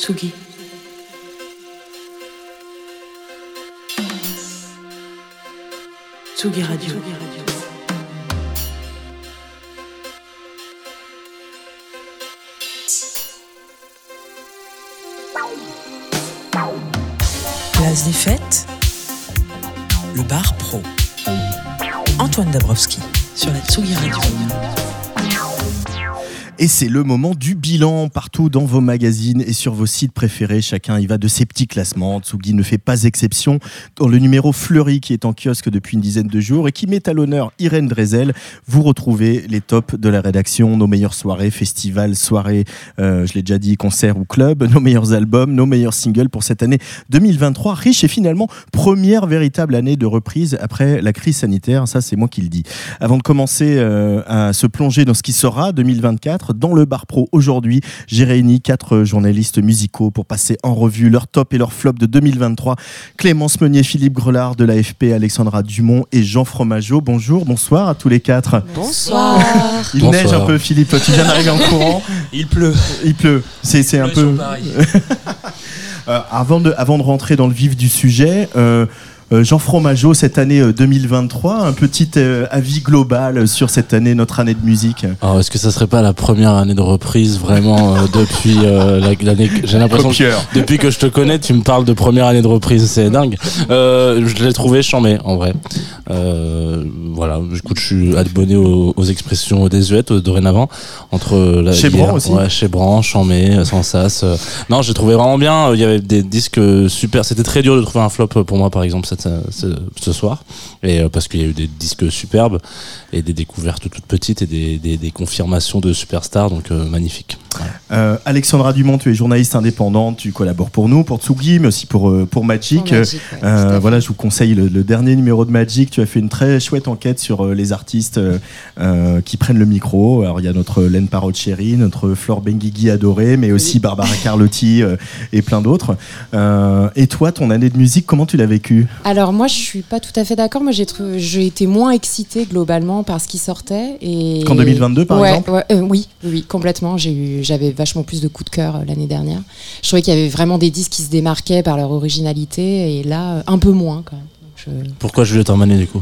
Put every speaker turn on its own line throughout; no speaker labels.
Tsugi. Tsugi Radio. Place des fêtes, le bar pro. Antoine Dabrowski sur la Tsugi Radio.
Et c'est le moment du bilan partout dans vos magazines et sur vos sites préférés. Chacun y va de ses petits classements. Tsugi ne fait pas exception. Dans le numéro Fleury qui est en kiosque depuis une dizaine de jours et qui met à l'honneur Irène Drezel, vous retrouvez les tops de la rédaction, nos meilleures soirées, festivals, soirées, je l'ai déjà dit, concerts ou clubs, nos meilleurs albums, nos meilleurs singles pour cette année 2023, riche et finalement première véritable année de reprise après la crise sanitaire. Ça, c'est moi qui le dis. Avant de commencer à se plonger dans ce qui sera 2024, dans le bar pro aujourd'hui, j'ai réuni 4 journalistes musicaux pour passer en revue leurs tops et leurs flops de 2023. Clémence Meunier, Philippe Grelard de l'AFP, Alexandra Dumont et Jean Fromageau. Bonjour, bonsoir à tous les 4.
Bonsoir.
Il neige un peu, Philippe, tu viens d'arriver en courant.
Il pleut.
C'est un peu... Avant de rentrer dans le vif du sujet... Jean Fromageau, cette année 2023, un petit avis global sur cette année, notre année de musique.
Alors, est-ce que ça serait pas la première année de reprise vraiment depuis l'année? J'ai l'impression que depuis que je te connais, tu me parles de première année de reprise, c'est dingue. Je l'ai trouvé chambé en vrai. Voilà, écoute, je suis abonné aux expressions désuètes dorénavant entre
chez Bran aussi.
Ouais, chez Bran, chambé, sans sas. Non, j'ai trouvé vraiment bien. Il y avait des disques super. C'était très dur de trouver un flop pour moi, par exemple, ce soir, et parce qu'il y a eu des disques superbes et des découvertes toutes petites et des confirmations de superstars, donc magnifique.
Ouais. Alexandra Dumont, tu es journaliste indépendante, tu collabores pour nous, pour Tsugi, mais aussi pour Magic. Voilà, je vous conseille le dernier numéro de Magic. Tu as fait une très chouette enquête sur les artistes qui prennent le micro. Alors il y a notre Laine Parot-Chéri, notre Flore Benguigui adorée, mais aussi Barbara Carlotti et plein d'autres. Et toi, ton année de musique, comment tu l'as vécue ?
Alors moi, je suis pas tout à fait d'accord. Moi, j'ai été moins excitée globalement par ce qui sortait.
Qu'en 2022, par exemple ?
Oui, complètement. J'avais vachement plus de coups de cœur l'année dernière. Je trouvais qu'il y avait vraiment des disques qui se démarquaient par leur originalité, et là, un peu moins quand même.
Pourquoi Juliette Armanet du coup?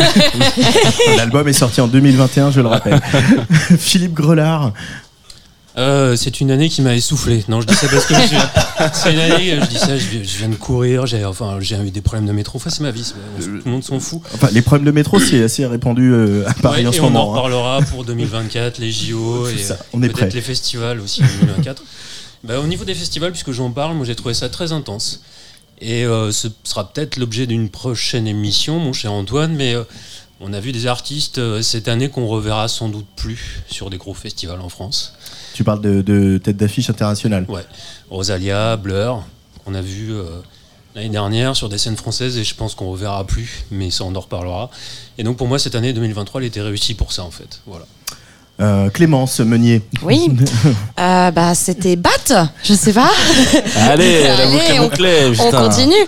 L'album est sorti en 2021, je le rappelle. Philippe Grelard.
C'est une année qui m'a essoufflé. Non, je dis ça parce que c'est une année, je dis ça, je viens de courir, j'ai eu des problèmes de métro. Enfin, c'est ma vie, tout le monde s'en fout.
Enfin, les problèmes de métro, c'est assez répandu à Paris en ce moment.
On en reparlera pour 2024, les JO et
on est
peut-être
prêt.
Les festivals aussi en 2024. Au niveau des festivals, puisque j'en parle, moi j'ai trouvé ça très intense. Et ce sera peut-être l'objet d'une prochaine émission, mon cher Antoine, mais on a vu des artistes cette année qu'on reverra sans doute plus sur des gros festivals en France.
Tu parles de tête d'affiche internationale.
Ouais, Rosalia, Blur, qu'on a vu l'année dernière sur des scènes françaises, et je pense qu'on ne reverra plus, mais ça on en reparlera. Et donc pour moi cette année 2023 elle était réussie pour ça en fait. Voilà.
Clémence Meunier.
Oui, c'était Bat, je sais pas.
Allez, la boucle est bouclée.
On continue.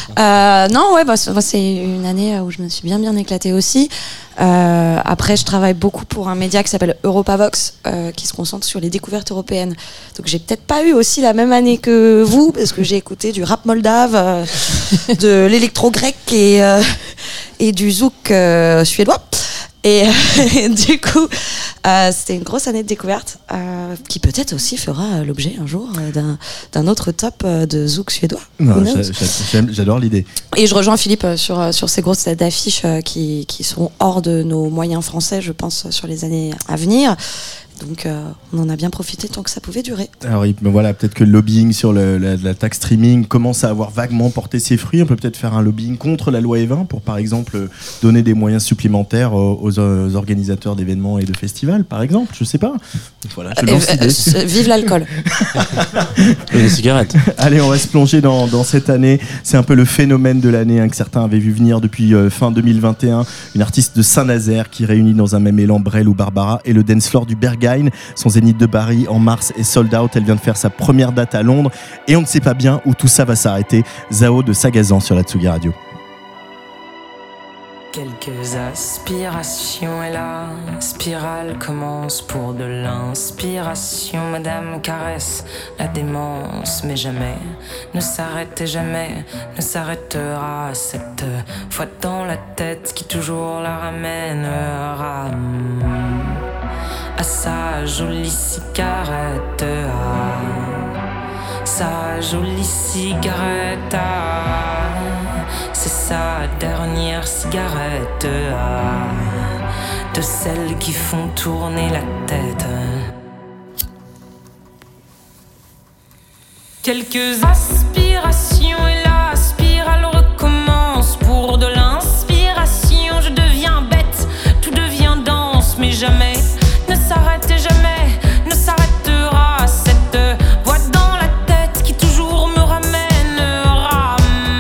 C'est une année où je me suis bien éclatée aussi. Après, je travaille beaucoup pour un média qui s'appelle Europavox, qui se concentre sur les découvertes européennes. Donc, j'ai peut-être pas eu aussi la même année que vous, parce que j'ai écouté du rap moldave, de l'électro-grec et du zouk suédois. Et du coup, c'était une grosse année de découverte qui peut-être aussi fera l'objet un jour d'un autre top de zouk suédois.
Non, j'adore l'idée.
Et je rejoins Philippe sur ces grosses têtes d'affiches qui seront hors de nos moyens français, je pense, sur les années à venir. Donc on en a bien profité tant que ça pouvait durer.
Alors voilà, peut-être que le lobbying sur la taxe streaming commence à avoir vaguement porté ses fruits. On peut peut-être faire un lobbying contre la loi E20 pour, par exemple, donner des moyens supplémentaires aux organisateurs d'événements et de festivals, par exemple. Je sais pas. Voilà, je lance l'idée.
Vive l'alcool.
Et les cigarettes.
Allez, on va se plonger dans cette année. C'est un peu le phénomène de l'année que certains avaient vu venir depuis fin 2021. Une artiste de Saint-Nazaire qui réunit dans un même élan Brel ou Barbara et le dance floor du Berghain. Son zénith de Paris en mars est sold out. Elle vient de faire sa première date à Londres et on ne sait pas bien où tout ça va s'arrêter. Zao de Sagazan sur la Tsugi Radio.
Quelques aspirations et la spirale commence pour de l'inspiration. Madame caresse la démence, mais jamais ne s'arrête et jamais ne s'arrêtera. Cette fois dans la tête qui toujours la ramènera à sa jolie cigarette, à sa jolie cigarette. C'est sa dernière cigarette, de celles qui font tourner la tête. Quelques aspirations et la spirale recommence. Pour de l'inspiration, je deviens bête, tout devient dense, mais jamais ne s'arrête et jamais ne s'arrêtera. Cette voix dans la tête qui toujours me ramènera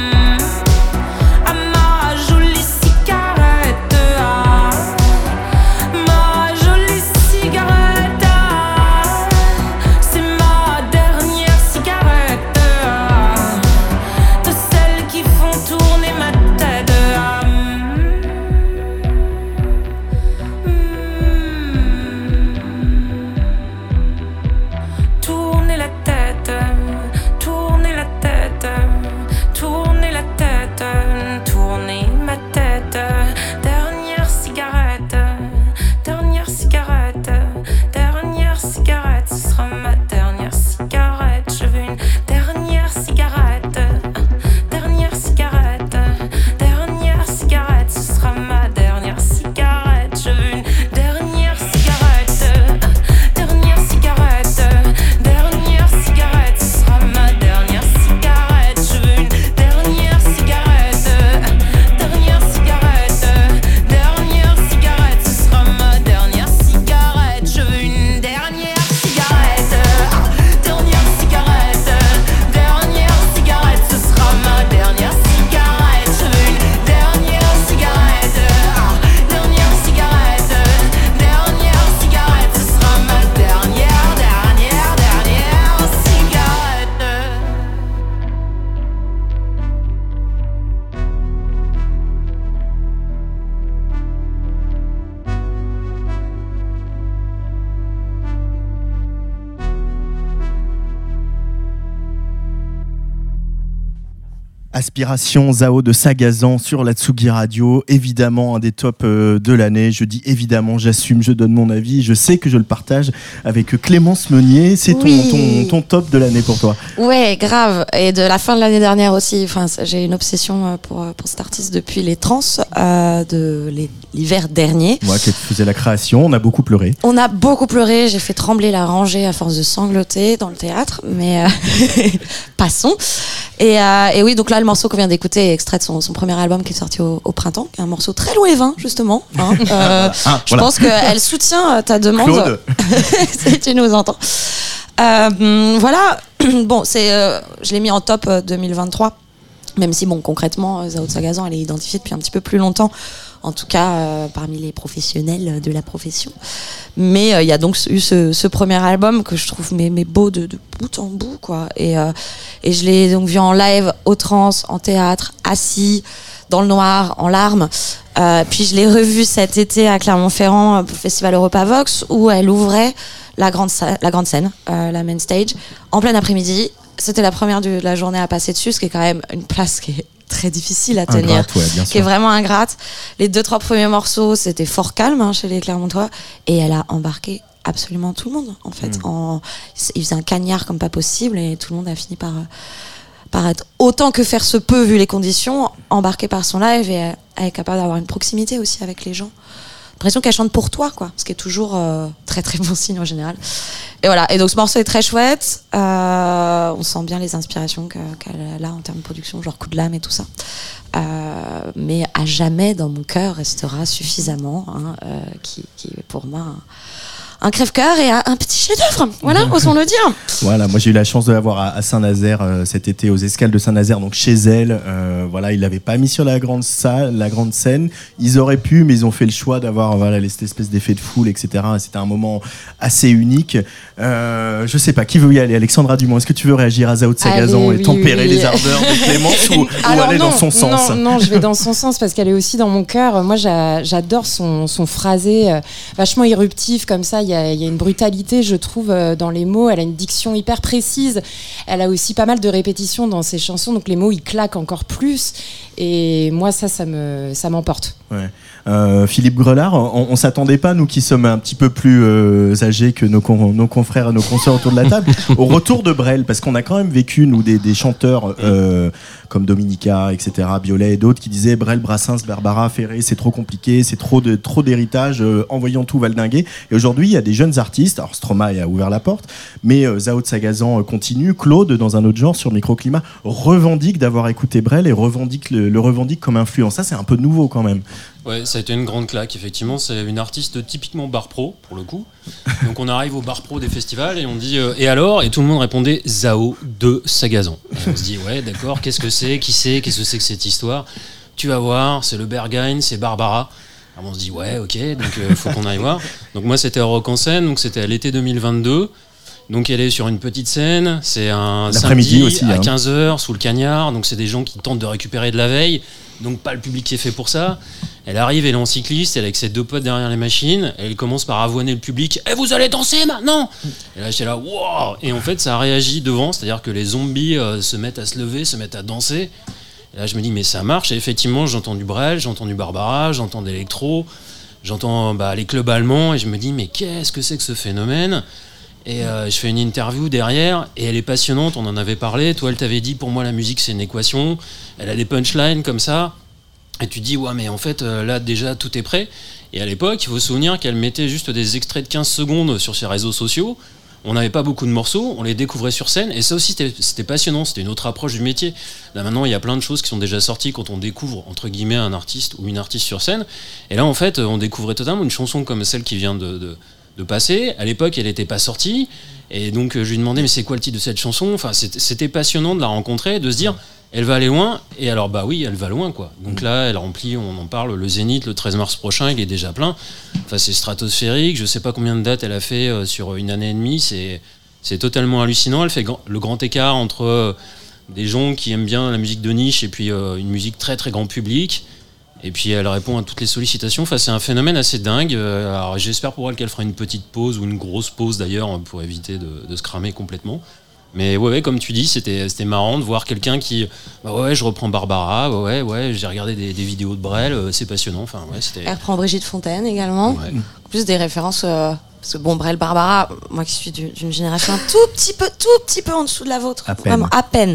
à ma jolie cigarette, à ma jolie cigarette. C'est ma dernière cigarette, de celles qui font tourner ma tête. Tourner la tête, tourner la tête, tourner la tête, tourner ma tête. Dernière cigarette, dernière cigarette, dernière cigarette. Ce sera ma dernière cigarette. Je veux une dernière cigarette, dernière cigarette, dernière cigarette. Ce sera ma dernière cigarette. Je veux une dernière cigarette, dernière cigarette, dernière cigarette. Ce sera ma dernière cigarette. Je veux une dernière cigarette, dernière cigarette, dernière cigarette. Ce sera ma dernière cigarette. Je veux une dernière cigarette, dernière cigarette, dernière cigarette. Ce sera ma dernière cigarette. Je veux une dernière cigarette, dernière cigarette, dernière cigarette. Ce sera ma dernière cigarette.
Aspiration Zao de Sagazan sur la Tsugi Radio, évidemment un des tops de l'année. Je dis évidemment, j'assume, je donne mon avis. Je sais que je le partage avec Clémence Meunier. C'est ton top de l'année pour toi.
Ouais, grave. Et de la fin de l'année dernière aussi. Enfin, j'ai une obsession pour cet artiste depuis les trans de l'hiver dernier.
Moi qui faisais la création, on a beaucoup pleuré.
On a beaucoup pleuré. J'ai fait trembler la rangée à force de sangloter dans le théâtre, mais passons. Et oui, donc là, le morceau qu'on vient d'écouter est extrait de son premier album qui est sorti au printemps, qui est un morceau très lourd et vain, justement. Hein. Je pense qu'elle soutient ta demande.
Claude.
Si tu nous entends. Voilà. Bon, je l'ai mis en top 2023. Même si, bon, concrètement, Zao de Sagazan, elle est identifiée depuis un petit peu plus longtemps. En tout cas, parmi les professionnels de la profession. Mais il y a donc eu ce premier album que je trouve mais beau de bout en bout, quoi. Et je l'ai donc vu en live, au trans, en théâtre, assis, dans le noir, en larmes. Puis je l'ai revu cet été à Clermont-Ferrand pour le festival Europa Vox, où elle ouvrait la grande scène, la main stage, en plein après-midi. C'était la première de la journée à passer dessus, ce qui est quand même une place qui est très difficile à tenir,
ingrate, ouais, bien sûr.
Qui est vraiment ingrate. Les 2-3 premiers morceaux, c'était fort calme chez les Clermontois, et elle a embarqué absolument tout le monde, en fait. Il faisait un cagnard comme pas possible, et tout le monde a fini par être, autant que faire se peut vu les conditions, embarqué par son live, et elle est capable d'avoir une proximité aussi avec les gens. L'impression qu'elle chante pour toi, quoi, ce qui est toujours très très bon signe en général. Et voilà, et donc ce morceau est très chouette, on sent bien les inspirations qu'elle a en termes de production, genre Coup de l'âme et tout ça. Mais à jamais dans mon cœur restera suffisamment, qui est pour moi un crève-cœur et un petit chef-d'œuvre. Voilà, osons le dire.
Voilà, moi j'ai eu la chance de la voir à Saint-Nazaire cet été, aux Escales de Saint-Nazaire, donc chez elle. Voilà, ils l'avaient pas mis sur la grande salle, la grande scène. Ils auraient pu, mais ils ont fait le choix d'avoir cette espèce d'effet de foule, etc. C'était un moment moment assez unique. Je sais pas, qui veut y aller? Alexandra Dumont, est-ce que tu veux réagir à Zao de Sagazan et tempérer les ardeurs de Clémence ou aller dans son sens?
Non, je vais dans son sens parce qu'elle est aussi dans mon cœur. Moi, j'adore son phrasé vachement éruptif comme ça. Il y a une brutalité, je trouve, dans les mots. Elle a une diction hyper précise. Elle a aussi pas mal de répétitions dans ses chansons, donc les mots, ils claquent encore plus. Et moi, ça m'emporte.
Ouais. Philippe Grelard, on s'attendait pas, nous qui sommes un petit peu plus âgés que nos confrères et nos consoeurs autour de la table, au retour de Brel, parce qu'on a quand même vécu, nous, des chanteurs comme Dominica, etc., Biolay et d'autres, qui disaient Brel, Brassens, Barbara, Ferré, c'est trop compliqué, c'est trop d'héritage, envoyons tout valdinguer. Et aujourd'hui, il y a des jeunes artistes, alors Stromae a ouvert la porte, mais Zao de Sagazan continue, Claude, dans un autre genre, sur Microclimat, revendique d'avoir écouté Brel et le revendique comme influence. Ça, c'est un peu nouveau quand même.
Ouais, ça a été une grande claque, effectivement. C'est une artiste typiquement bar pro, pour le coup. Donc on arrive au bar pro des festivals et on dit et alors? Et tout le monde répondait Zao de Sagazan. Et on se dit ouais, d'accord, qu'est-ce que c'est? Qu'est-ce que c'est que cette histoire? Tu vas voir, c'est le Berghain, c'est Barbara. Alors on se dit ouais, ok, donc faut qu'on aille voir. Donc moi c'était à Rock en Seine, donc c'était à l'été 2022. Donc elle est sur une petite scène, c'est un samedi aussi, à 15h sous le cagnard, donc c'est des gens qui tentent de récupérer de la veille, donc pas le public qui est fait pour ça. Elle arrive, elle est en cycliste, elle est avec ses deux potes derrière les machines, elle commence par avoiner le public. « vous allez danser maintenant !» Et là j'étais là, wow. Et en fait ça réagit devant, c'est-à-dire que les zombies se mettent à se lever, se mettent à danser. Et là je me dis mais ça marche, et effectivement j'entends du Brel, j'entends du Barbara, j'entends d'électro, j'entends les clubs allemands, et je me dis mais qu'est-ce que c'est que ce phénomène? Et je fais une interview derrière et elle est passionnante, on en avait parlé. Toi, elle t'avait dit, pour moi, la musique, c'est une équation. Elle a des punchlines comme ça. Et tu dis, ouais, mais en fait, là, déjà, tout est prêt. Et à l'époque, il faut se souvenir qu'elle mettait juste des extraits de 15 secondes sur ses réseaux sociaux. On n'avait pas beaucoup de morceaux, on les découvrait sur scène. Et ça aussi, c'était passionnant, c'était une autre approche du métier. Là, maintenant, il y a plein de choses qui sont déjà sorties quand on découvre, entre guillemets, un artiste ou une artiste sur scène. Et là, en fait, on découvrait totalement une chanson comme celle qui vient de passer. À l'époque, elle n'était pas sortie, et donc je lui demandais mais c'est quoi le titre de cette chanson? Enfin, c'était passionnant de la rencontrer, de se dire elle va aller loin, et alors bah oui, elle va loin quoi. Donc là, elle remplit, on en parle, le Zénith le 13 mars prochain, il est déjà plein. Enfin, c'est stratosphérique, je sais pas combien de dates elle a fait sur une année et demie, c'est totalement hallucinant. Elle fait le grand écart entre des gens qui aiment bien la musique de niche et puis une musique très très grand public. Et puis elle répond à toutes les sollicitations. Enfin, c'est un phénomène assez dingue. Alors j'espère pour elle qu'elle fera une petite pause ou une grosse pause d'ailleurs pour éviter de se cramer complètement. Mais ouais, comme tu dis, c'était marrant de voir quelqu'un qui ouais, je reprends Barbara, ouais, j'ai regardé des vidéos de Brel, c'est passionnant. Enfin, ouais, c'était...
Elle reprend Brigitte Fontaine également. Ouais. En plus des références, parce que bon, Brel, Barbara, moi qui suis d'une génération un tout petit peu en dessous de la vôtre, vraiment à peine.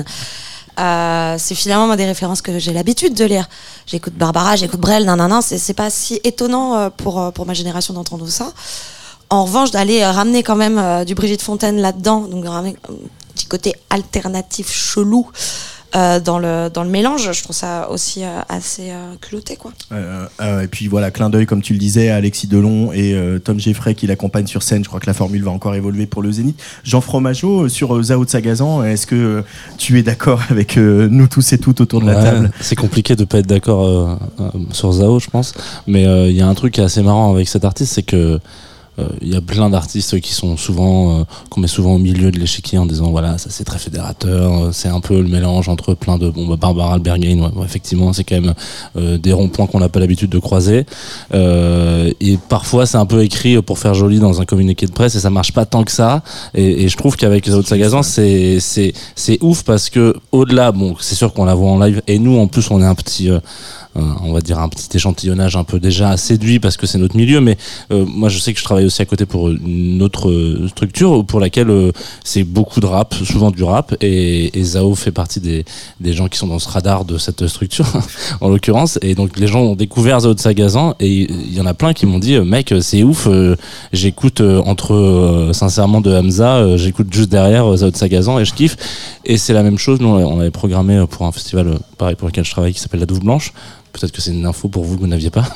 C'est finalement des références que j'ai l'habitude de lire. J'écoute Barbara, j'écoute Brel, c'est pas si étonnant pour ma génération d'entendre ça. En revanche, d'aller ramener quand même du Brigitte Fontaine là-dedans, donc ramener un petit côté alternatif chelou dans le mélange, je trouve ça aussi assez culotté quoi.
Et puis voilà, clin d'œil comme tu le disais à Alexis Delon et Tom Geffray qui l'accompagne sur scène. Je crois que la formule va encore évoluer pour le Zénith. Jean Fromageau, sur Zao de Sagazan, est-ce que tu es d'accord avec nous tous et toutes autour de la table?
C'est compliqué de pas être d'accord sur Zao, je pense, mais il y a un truc qui est assez marrant avec cet artiste, c'est que il y a plein d'artistes qui sont souvent qu'on met souvent au milieu de l'échiquier en disant voilà, ça c'est très fédérateur, c'est un peu le mélange entre plein de Barbara, le Berghain, ouais, effectivement c'est quand même des ronds-points qu'on n'a pas l'habitude de croiser, et parfois c'est un peu écrit pour faire joli dans un communiqué de presse et ça marche pas tant que ça, et je trouve qu'avec Zao de Sagazan c'est ouf parce que au-delà, bon c'est sûr qu'on la voit en live et nous en plus on est un petit on va dire un petit échantillonnage un peu déjà séduit parce que c'est notre milieu, mais moi je sais que je travaille aussi à côté pour une autre structure pour laquelle c'est beaucoup de rap, souvent du rap, et Zao fait partie des gens qui sont dans ce radar de cette structure en l'occurrence, et donc les gens ont découvert Zao de Sagazan et il y en a plein qui m'ont dit mec c'est ouf, j'écoute entre sincèrement de Hamza, j'écoute juste derrière Zao de Sagazan et je kiffe, et c'est la même chose. Nous on avait programmé pour un festival pareil pour lequel je travaille qui s'appelle La Douve Blanche. Peut-être que c'est une info pour vous que vous n'aviez pas.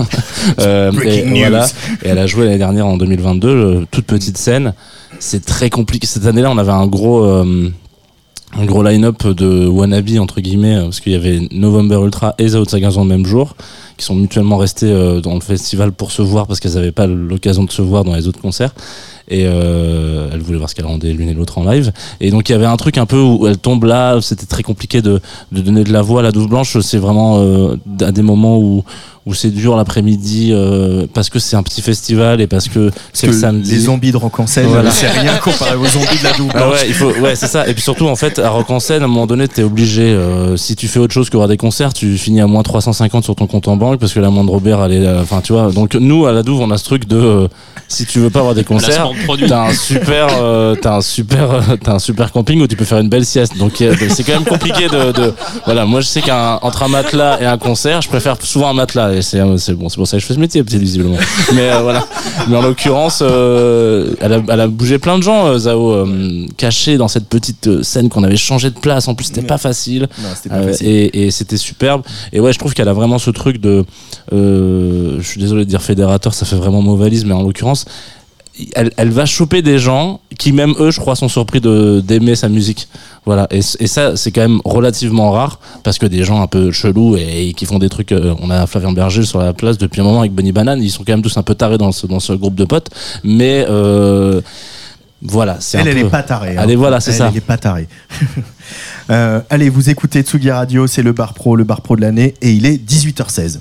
Et voilà. Et elle a joué l'année dernière en 2022, toute petite scène. C'est très compliqué. Cette année-là, on avait un gros un gros line-up de wannabe entre guillemets, parce qu'il y avait November Ultra et The Outsiders dans le même jour, qui sont mutuellement restés dans le festival pour se voir parce qu'elles n'avaient pas l'occasion de se voir dans les autres concerts. Et elle voulait voir ce qu'elle rendait l'une et l'autre en live. Et donc il y avait un truc un peu où elle tombe là, c'était très compliqué de donner de la voix à la Douce Blanche. C'est vraiment à des moments où c'est dur l'après-midi parce que c'est un petit festival et parce que c'est le samedi.
Les zombies de Rock en scène,
voilà.
C'est rien comparé aux zombies de la Douce Blanche.
Ouais, c'est ça. Et puis surtout en fait à Rock en scène, à un moment donné t'es obligé, si tu fais autre chose que voir des concerts, tu finis à moins 350 sur ton compte en banque parce que la moindre Robert elle est, enfin tu vois. Donc nous à la Douve on a ce truc de si tu veux pas avoir des concerts, t'as un super camping où tu peux faire une belle sieste. Donc c'est quand même compliqué de voilà. Moi je sais qu'entre un matelas et un concert, je préfère souvent un matelas. Et c'est bon, c'est pour ça que je fais ce métier, visiblement. Mais voilà. Mais en l'occurrence, elle a bougé plein de gens, Zao, cachés dans cette petite scène qu'on avait changé de place. En plus, c'était pas facile.
Non, c'était pas facile.
Et c'était superbe. Et ouais, je trouve qu'elle a vraiment ce truc de. Je suis désolé de dire fédérateur, ça fait vraiment mot valise, mais en l'occurrence. Elle va choper des gens qui même eux je crois sont surpris d'aimer sa musique, voilà, et ça c'est quand même relativement rare parce que des gens un peu chelous et qui font des trucs, on a Flavien Berger sur la place depuis un moment avec Bunny Banane, ils sont quand même tous un peu tarés dans ce groupe de potes, mais voilà, c'est
elle est pas tarée,
allez, voilà, c'est ça,
elle est pas tarée. Allez, vous écoutez Tsugi Radio, c'est le bar pro de l'année et il est 18h16.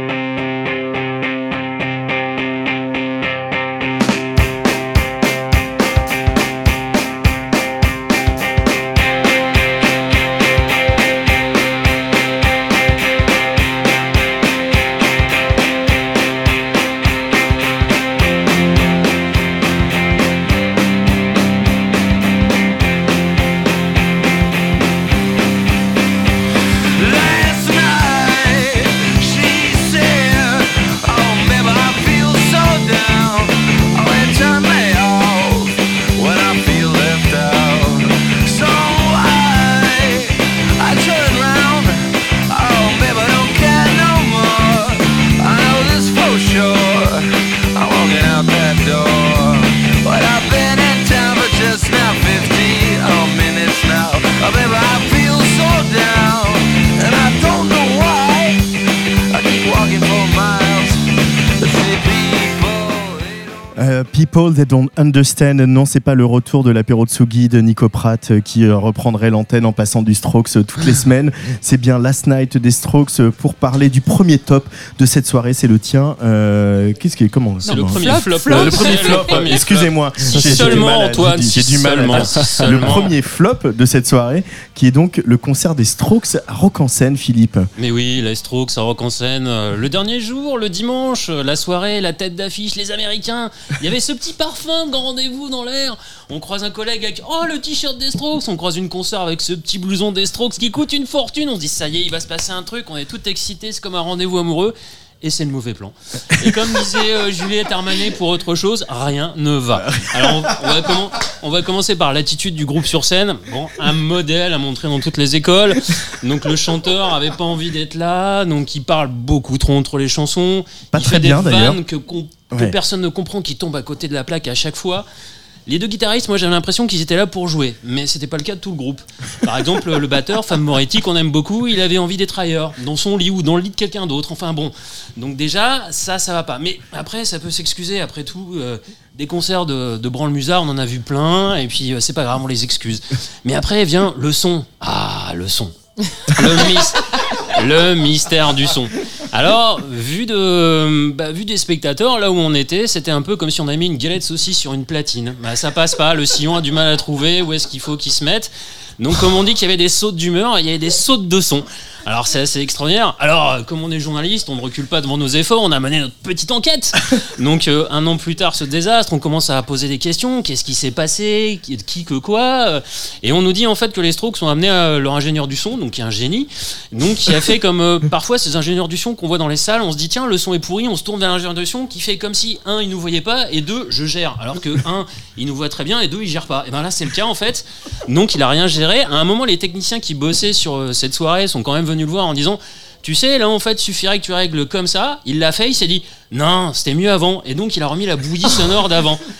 People That Don't Understand, non, c'est pas le retour de l'apéro Tsugi de Nico Pratt qui reprendrait l'antenne en passant du Strokes toutes les semaines. C'est bien Last Night des Strokes pour parler du premier top de cette soirée. C'est le tien. Comment
c'est le premier flop.
Le premier flop. Excusez-moi.
Seulement Antoine.
J'ai du mal. Le premier flop de cette soirée, qui est donc le concert des Strokes à Rock en Seine, Philippe.
Mais oui, les Strokes à Rock en Seine. Le dernier jour, le dimanche, la soirée, la tête d'affiche, les Américains. Il y avait ce petit parfum de grand rendez-vous dans l'air. On croise un collègue avec le t-shirt des Strokes. On croise une consoeur avec ce petit blouson des Strokes qui coûte une fortune. On se dit ça y est, il va se passer un truc. On est tout excités, c'est comme un rendez-vous amoureux. Et c'est le mauvais plan. Et comme disait Juliette Armanet pour autre chose, rien ne va. Alors on va commencer par l'attitude du groupe sur scène. Bon, un modèle à montrer dans toutes les écoles. Donc le chanteur avait pas envie d'être là, donc il parle beaucoup trop entre les chansons.
Pas
il
très
fait
bien
des
d'ailleurs.
vannes que personne ne comprend, qui tombent à côté de la plaque à chaque fois. Les deux guitaristes, moi j'avais l'impression qu'ils étaient là pour jouer, mais c'était pas le cas de tout le groupe. Par exemple, le batteur, Fab Moretti, qu'on aime beaucoup, il avait envie d'être ailleurs, dans son lit ou dans le lit de quelqu'un d'autre. Enfin bon, donc déjà, ça va pas. Mais après, ça peut s'excuser, après tout. Des concerts de branle-musard, on en a vu plein, et puis c'est pas grave, on les excuse. Mais après vient le son. Ah, le son. Le mystère du son. Alors, vu des spectateurs, là où on était, c'était un peu comme si on avait mis une galette saucisse sur une platine. Bah, ça passe pas, le sillon a du mal à trouver où est-ce qu'il faut qu'il se mette. Donc, comme on dit qu'il y avait des sautes d'humeur, il y avait des sautes de son. Alors, c'est assez extraordinaire. Alors, comme on est journaliste, on ne recule pas devant nos efforts, on a mené notre petite enquête. Donc, un an plus tard, ce désastre, on commence à poser des questions. Qu'est-ce qui s'est passé ? Qui que quoi ? Et on nous dit en fait que les Strokes ont amené leur ingénieur du son, donc qui est un génie, donc qui a fait comme parfois ces ingénieurs du son qu'on voit dans les salles, on se dit tiens, le son est pourri, on se tourne vers l'ingénieur du son qui fait comme si, un, il nous voyait pas, et deux, je gère. Alors que, un, il nous voit très bien, et deux, il gère pas. Et ben là, c'est le cas en fait. Donc, il a rien géré. À un moment, les techniciens qui bossaient sur cette soirée sont quand même venus le voir en disant tu sais, là en fait suffirait que tu règles comme ça. Il l'a fait, il s'est dit non, c'était mieux avant, et donc il a remis la bouillie sonore d'avant.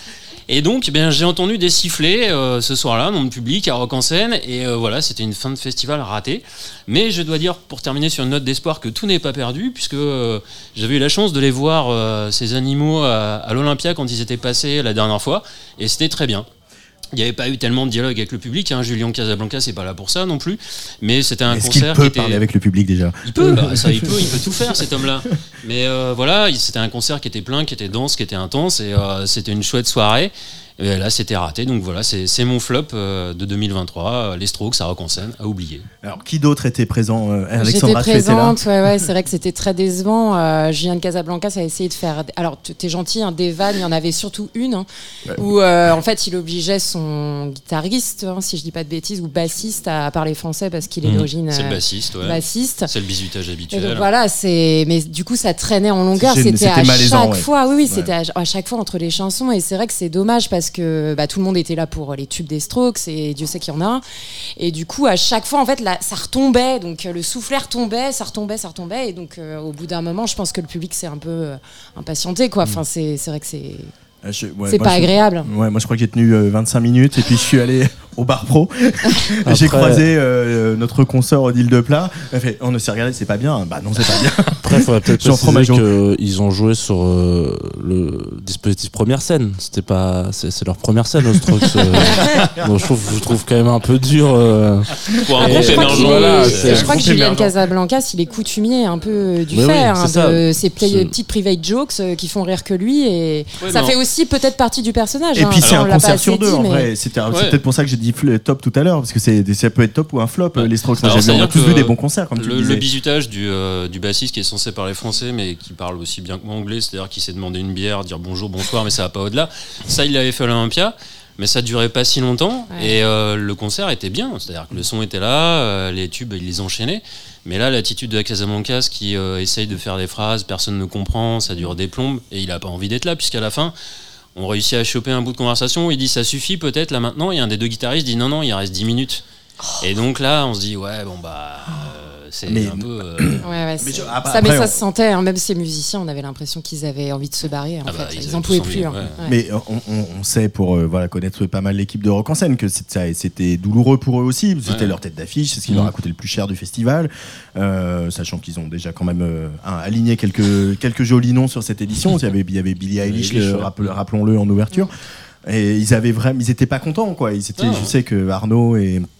Et donc, j'ai entendu des sifflets ce soir-là dans le public à Rock en Seine. Et voilà, c'était une fin de festival ratée. Mais je dois dire, pour terminer sur une note d'espoir, que tout n'est pas perdu, puisque j'avais eu la chance de les voir, ces animaux, à l'Olympia quand ils étaient passés la dernière fois. Et c'était très bien. Il n'y avait pas eu tellement de dialogue avec le public. Julien Casablanca, c'est pas là pour ça non plus. Mais c'était un concert
qui était... parler avec le public déjà.
Il peut tout faire, cet homme-là. Mais voilà, c'était un concert qui était plein, qui était dense, qui était intense, et c'était une chouette soirée. Et là, c'était raté. Donc voilà, c'est mon flop de 2023. Les Strokes à Rock en Seine, à oublier.
Alors, qui d'autre était présent?
J'étais
Alexandra,
présente, ouais, c'est vrai que c'était très décevant. Julien de Casablanca, ça a essayé de faire. Alors, t'es gentil, des vannes, il y en avait surtout une, où en fait, il obligeait son guitariste, si je dis pas de bêtises, ou bassiste à parler français parce qu'il est d'origine.
C'est le bassiste, ouais.
Bassiste.
C'est le bizutage habituel.
Et donc voilà, mais du coup, ça traînait en longueur. C'était à
malaisant,
chaque fois, oui, c'était à chaque fois entre les chansons. Et c'est vrai que c'est dommage parce que tout le monde était là pour les tubes des Strokes et Dieu sait qu'il y en a un. Et du coup, à chaque fois, en fait, là, ça retombait. Donc le soufflet retombait, ça retombait. Et donc, au bout d'un moment, je pense que le public s'est un peu impatienté, quoi. Enfin, c'est vrai que c'est pas agréable.
Moi je crois que j'ai tenu 25 minutes et puis je suis allé au bar pro. J'ai croisé notre consoeur Odile Deplat. Elle fait, on s'est regardé, c'est pas bien. Bah non, c'est pas bien.
Après, il faudrait peut-être préciser qu'ils ont joué sur le dispositif première scène. C'était pas, c'est leur première scène aux Strokes. Donc je trouve quand même un peu dur.
Pour un groupe émergent.
Je crois que Julien Casablancas, il est coutumier un peu du fait de ces petites private jokes qui font rire que lui, et ça fait aussi peut-être partie du personnage.
Et puis c'est un concert sur deux en vrai. C'est peut-être pour ça que j'ai dit top tout à l'heure, parce que ça peut être top ou un flop. Les Strokes, on a tous vu des bons concerts, comme tu disais.
Le bizutage du bassiste qui est censé parler français mais qui parle aussi bien que moi anglais, c'est-à-dire qu'il s'est demandé une bière, dire bonjour, bonsoir, mais ça va pas au-delà. Ça, il l'avait fait à l'Olympia, mais ça durait pas si longtemps, et le concert était bien, c'est-à-dire que le son était là, les tubes, il les enchaînait. Mais là, l'attitude de Casablancas qui essaye de faire des phrases, personne ne comprend, ça dure des plombes, et il a pas envie d'être là, puisqu'à la fin, on réussit à choper un bout de conversation où il dit ça suffit peut-être là maintenant, et un des deux guitaristes dit non, il reste 10 minutes. Et donc là, on se dit c'est un peu.
Ça se sentait, même ces musiciens, on avait l'impression qu'ils avaient envie de se barrer. Ils en pouvaient plus.
Mais on sait, pour connaître pas mal l'équipe de Rock en Seine, que c'était douloureux pour eux aussi. C'était leur tête d'affiche, c'est ce qui leur a coûté le plus cher du festival. Sachant qu'ils ont déjà quand même aligné quelques jolis noms sur cette édition. Il y avait Billie Eilish, rappelons-le, en ouverture. Et ils étaient pas contents, quoi. Je sais que Arnaud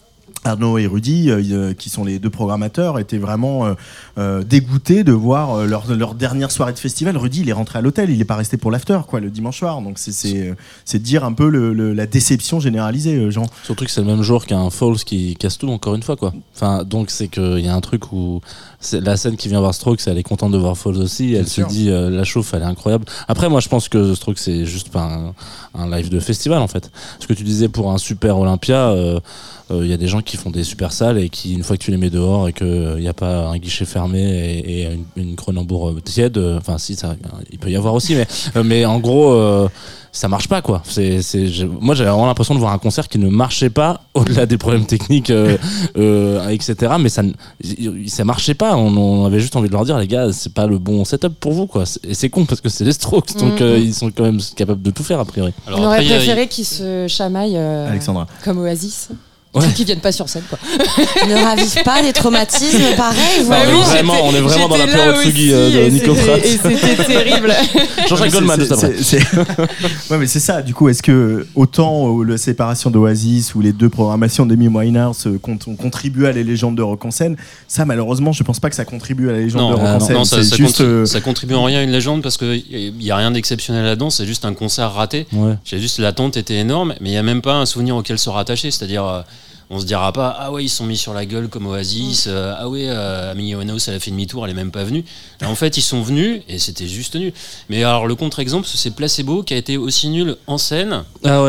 et Rudy, qui sont les deux programmateurs, étaient vraiment dégoûtés de voir leur dernière soirée de festival. Rudy, il est rentré à l'hôtel, il n'est pas resté pour l'after, quoi, le dimanche soir. Donc c'est dire un peu la déception généralisée, Jean.
Surtout que c'est le même jour qu'un Falls qui casse tout, encore une fois, quoi. Enfin, donc c'est qu'il y a un truc où la scène qui vient voir Strokes, elle est contente de voir Falls aussi. Elle se dit la chauffe, elle est incroyable. Après, moi, je pense que Strokes, c'est juste pas un live de festival, en fait. Ce que tu disais pour un super Olympia. Y a des gens qui font des super salles et qui, une fois que tu les mets dehors et qu'il n'y a pas un guichet fermé et une Cronenbourg tiède, enfin si, ça, il peut y avoir aussi, mais en gros, ça marche pas, quoi. Moi, j'avais vraiment l'impression de voir un concert qui ne marchait pas, au-delà des problèmes techniques, etc. Mais ça marchait pas. On avait juste envie de leur dire, les gars, c'est pas le bon setup pour vous, quoi. Et c'est con parce que c'est les Strokes, donc ils sont quand même capables de tout faire, a priori.
Alors, on aurait préféré qu'ils se chamaillent
Alexandra.
Comme Oasis.
Ouais.
Qui viennent pas sur scène, quoi.
Ne ravive pas des traumatismes pareils.
On est vraiment dans la période Tsugi de Nico Pratt.
Et c'était terrible.
Jean-Jacques Goldman, juste après.
Ouais, mais c'est ça. Du coup, est-ce que autant la séparation d'Oasis ou les deux programmations d'Amy Winehouse ont contribué à les légendes de Rock en Scène, ça, malheureusement, je pense pas que ça contribue à la légende de Rock en Scène.
Non, ça contribue en rien à une légende parce qu'il y a rien d'exceptionnel là-dedans. C'est juste un concert raté. Ouais. L'attente était énorme, mais il y a même pas un souvenir auquel se rattacher. C'est-à-dire. On se dira pas ils sont mis sur la gueule comme Oasis, Amy Winehouse elle a fait demi-tour, elle est même pas venue. Là, en fait ils sont venus et c'était juste nul. Mais alors le contre-exemple c'est Placebo qui a été aussi nul en scène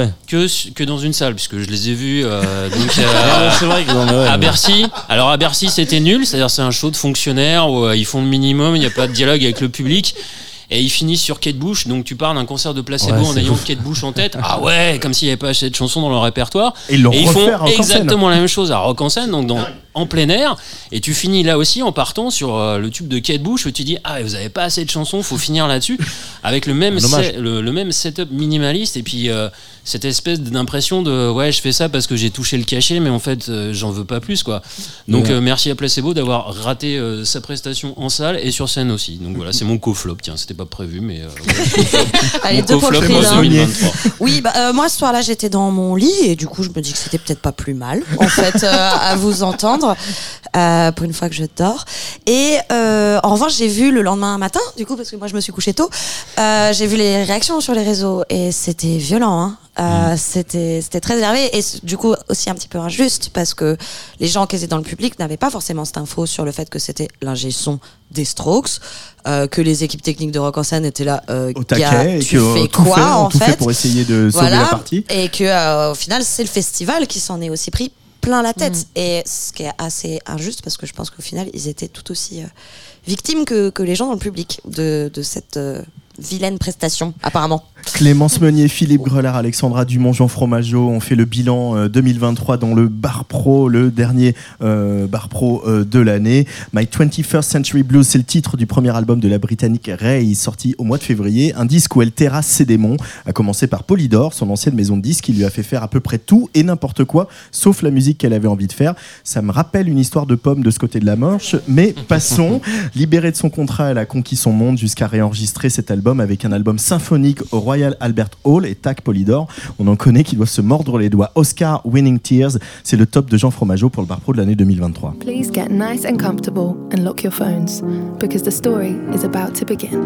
que dans une salle, puisque je les ai vus
c'est vrai
à Bercy. Alors à Bercy c'était nul, c'est-à-dire c'est un show de fonctionnaires où ils font le minimum, il n'y a pas de dialogue avec le public. Et ils finissent sur Kate Bush, donc tu pars d'un concert de Placebo en ayant Kate Bush en tête. Ah ouais, comme s'il n'y avait pas assez de chansons dans leur répertoire.
Et ils
font exactement la même chose à Rock en Scène. Donc en plein air, et tu finis là aussi en partant sur le tube de Kate Bush où tu dis vous avez pas assez de chansons, faut finir là-dessus avec le même setup minimaliste, et puis cette espèce d'impression de je fais ça parce que j'ai touché le cachet, mais en fait j'en veux pas plus quoi. Donc merci à Placebo d'avoir raté sa prestation en salle et sur scène aussi. Donc voilà, c'est mon co-flop, tiens, c'était pas prévu, mais
allez,
mon co-flop en 2023.
Oui, moi ce soir-là j'étais dans mon lit et du coup je me dis que c'était peut-être pas plus mal en fait à vous entendre pour une fois que je dors. Et en revanche j'ai vu le lendemain matin, du coup parce que moi je me suis couchée tôt, j'ai vu les réactions sur les réseaux et c'était violent, c'était très énervé et du coup aussi un petit peu injuste parce que les gens qui étaient dans le public n'avaient pas forcément cette info sur le fait que c'était l'ingé son des Strokes, que les équipes techniques de Rock en scène étaient là,
au taquet,
tu fais quoi en fait
pour essayer de sauver la partie,
et que au final c'est le festival qui s'en est aussi pris plein la tête, et ce qui est assez injuste parce que je pense qu'au final ils étaient tout aussi victimes que les gens dans le public de cette vilaine prestation apparemment.
Clémence Meunier, Philippe Grelard, Alexandra Dumont, Jean Fromageau ont fait le bilan 2023 dans le Bar Pro, le dernier Bar Pro de l'année. My 21st Century Blues, c'est le titre du premier album de la Britannique Ray, sorti au mois de février. Un disque où elle terrasse ses démons, à commencer par Polydor, son ancienne maison de disques, qui lui a fait faire à peu près tout et n'importe quoi, sauf la musique qu'elle avait envie de faire. Ça me rappelle une histoire de Pomme de ce côté de la Manche, mais passons. Libérée de son contrat, elle a conquis son monde jusqu'à réenregistrer cet album avec un album symphonique au Royal Albert Hall et TAC Polydor. On en connaît qui doivent se mordre les doigts. Oscar Winning Tears, c'est le top de Jean Fromageau pour le Bar Pro de l'année 2023.
Please get nice and comfortable and lock your phones because the story is about to begin.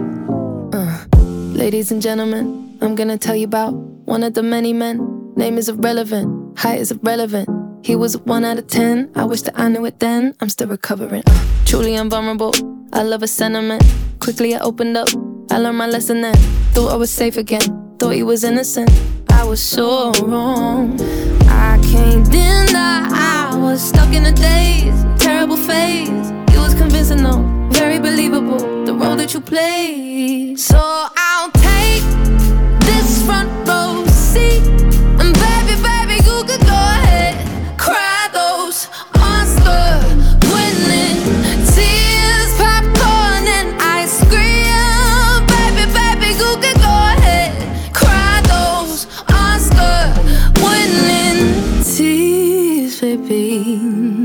Ladies and gentlemen, I'm gonna tell you about one of the many men. Name is irrelevant, height is irrelevant. He was a 1 out of 10. I wish that I knew it then. I'm still recovering. Truly invulnerable. I love a sentiment. Quickly I opened up. I learned my lesson then. Thought I was safe again. Thought he was innocent. I was so wrong. I can't deny I was stuck in a daze. Terrible phase. It was convincing though. Very believable. The role that you played. So I'll take this front row seat. And baby, baby, you could go ahead. Cry those Oscar winning tears. Popcorn and ice cream. Baby, baby, you could go ahead. Cry those Oscar winning tears, baby.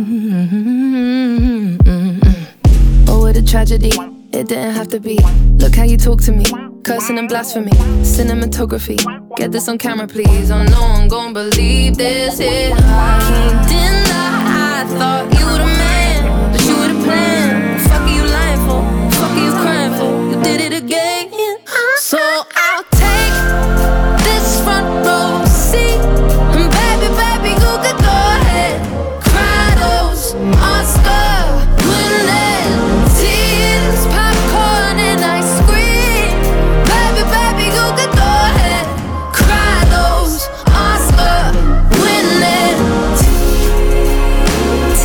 Oh, what a tragedy. It didn't have to be. Look how you talk to me. Cursing and blasphemy. Cinematography. Get this on camera, please. Oh no one gon' believe this. I can't deny I thought you were the man, but you were the plan. The fuck are you lying for? The fuck are you crying for? You did it again. So I'll take this front row seat. And baby, baby, you could go ahead. Cry those Oscar winning tears. Popcorn and ice cream. Baby, baby, you could go ahead. Cry those Oscar winning tears.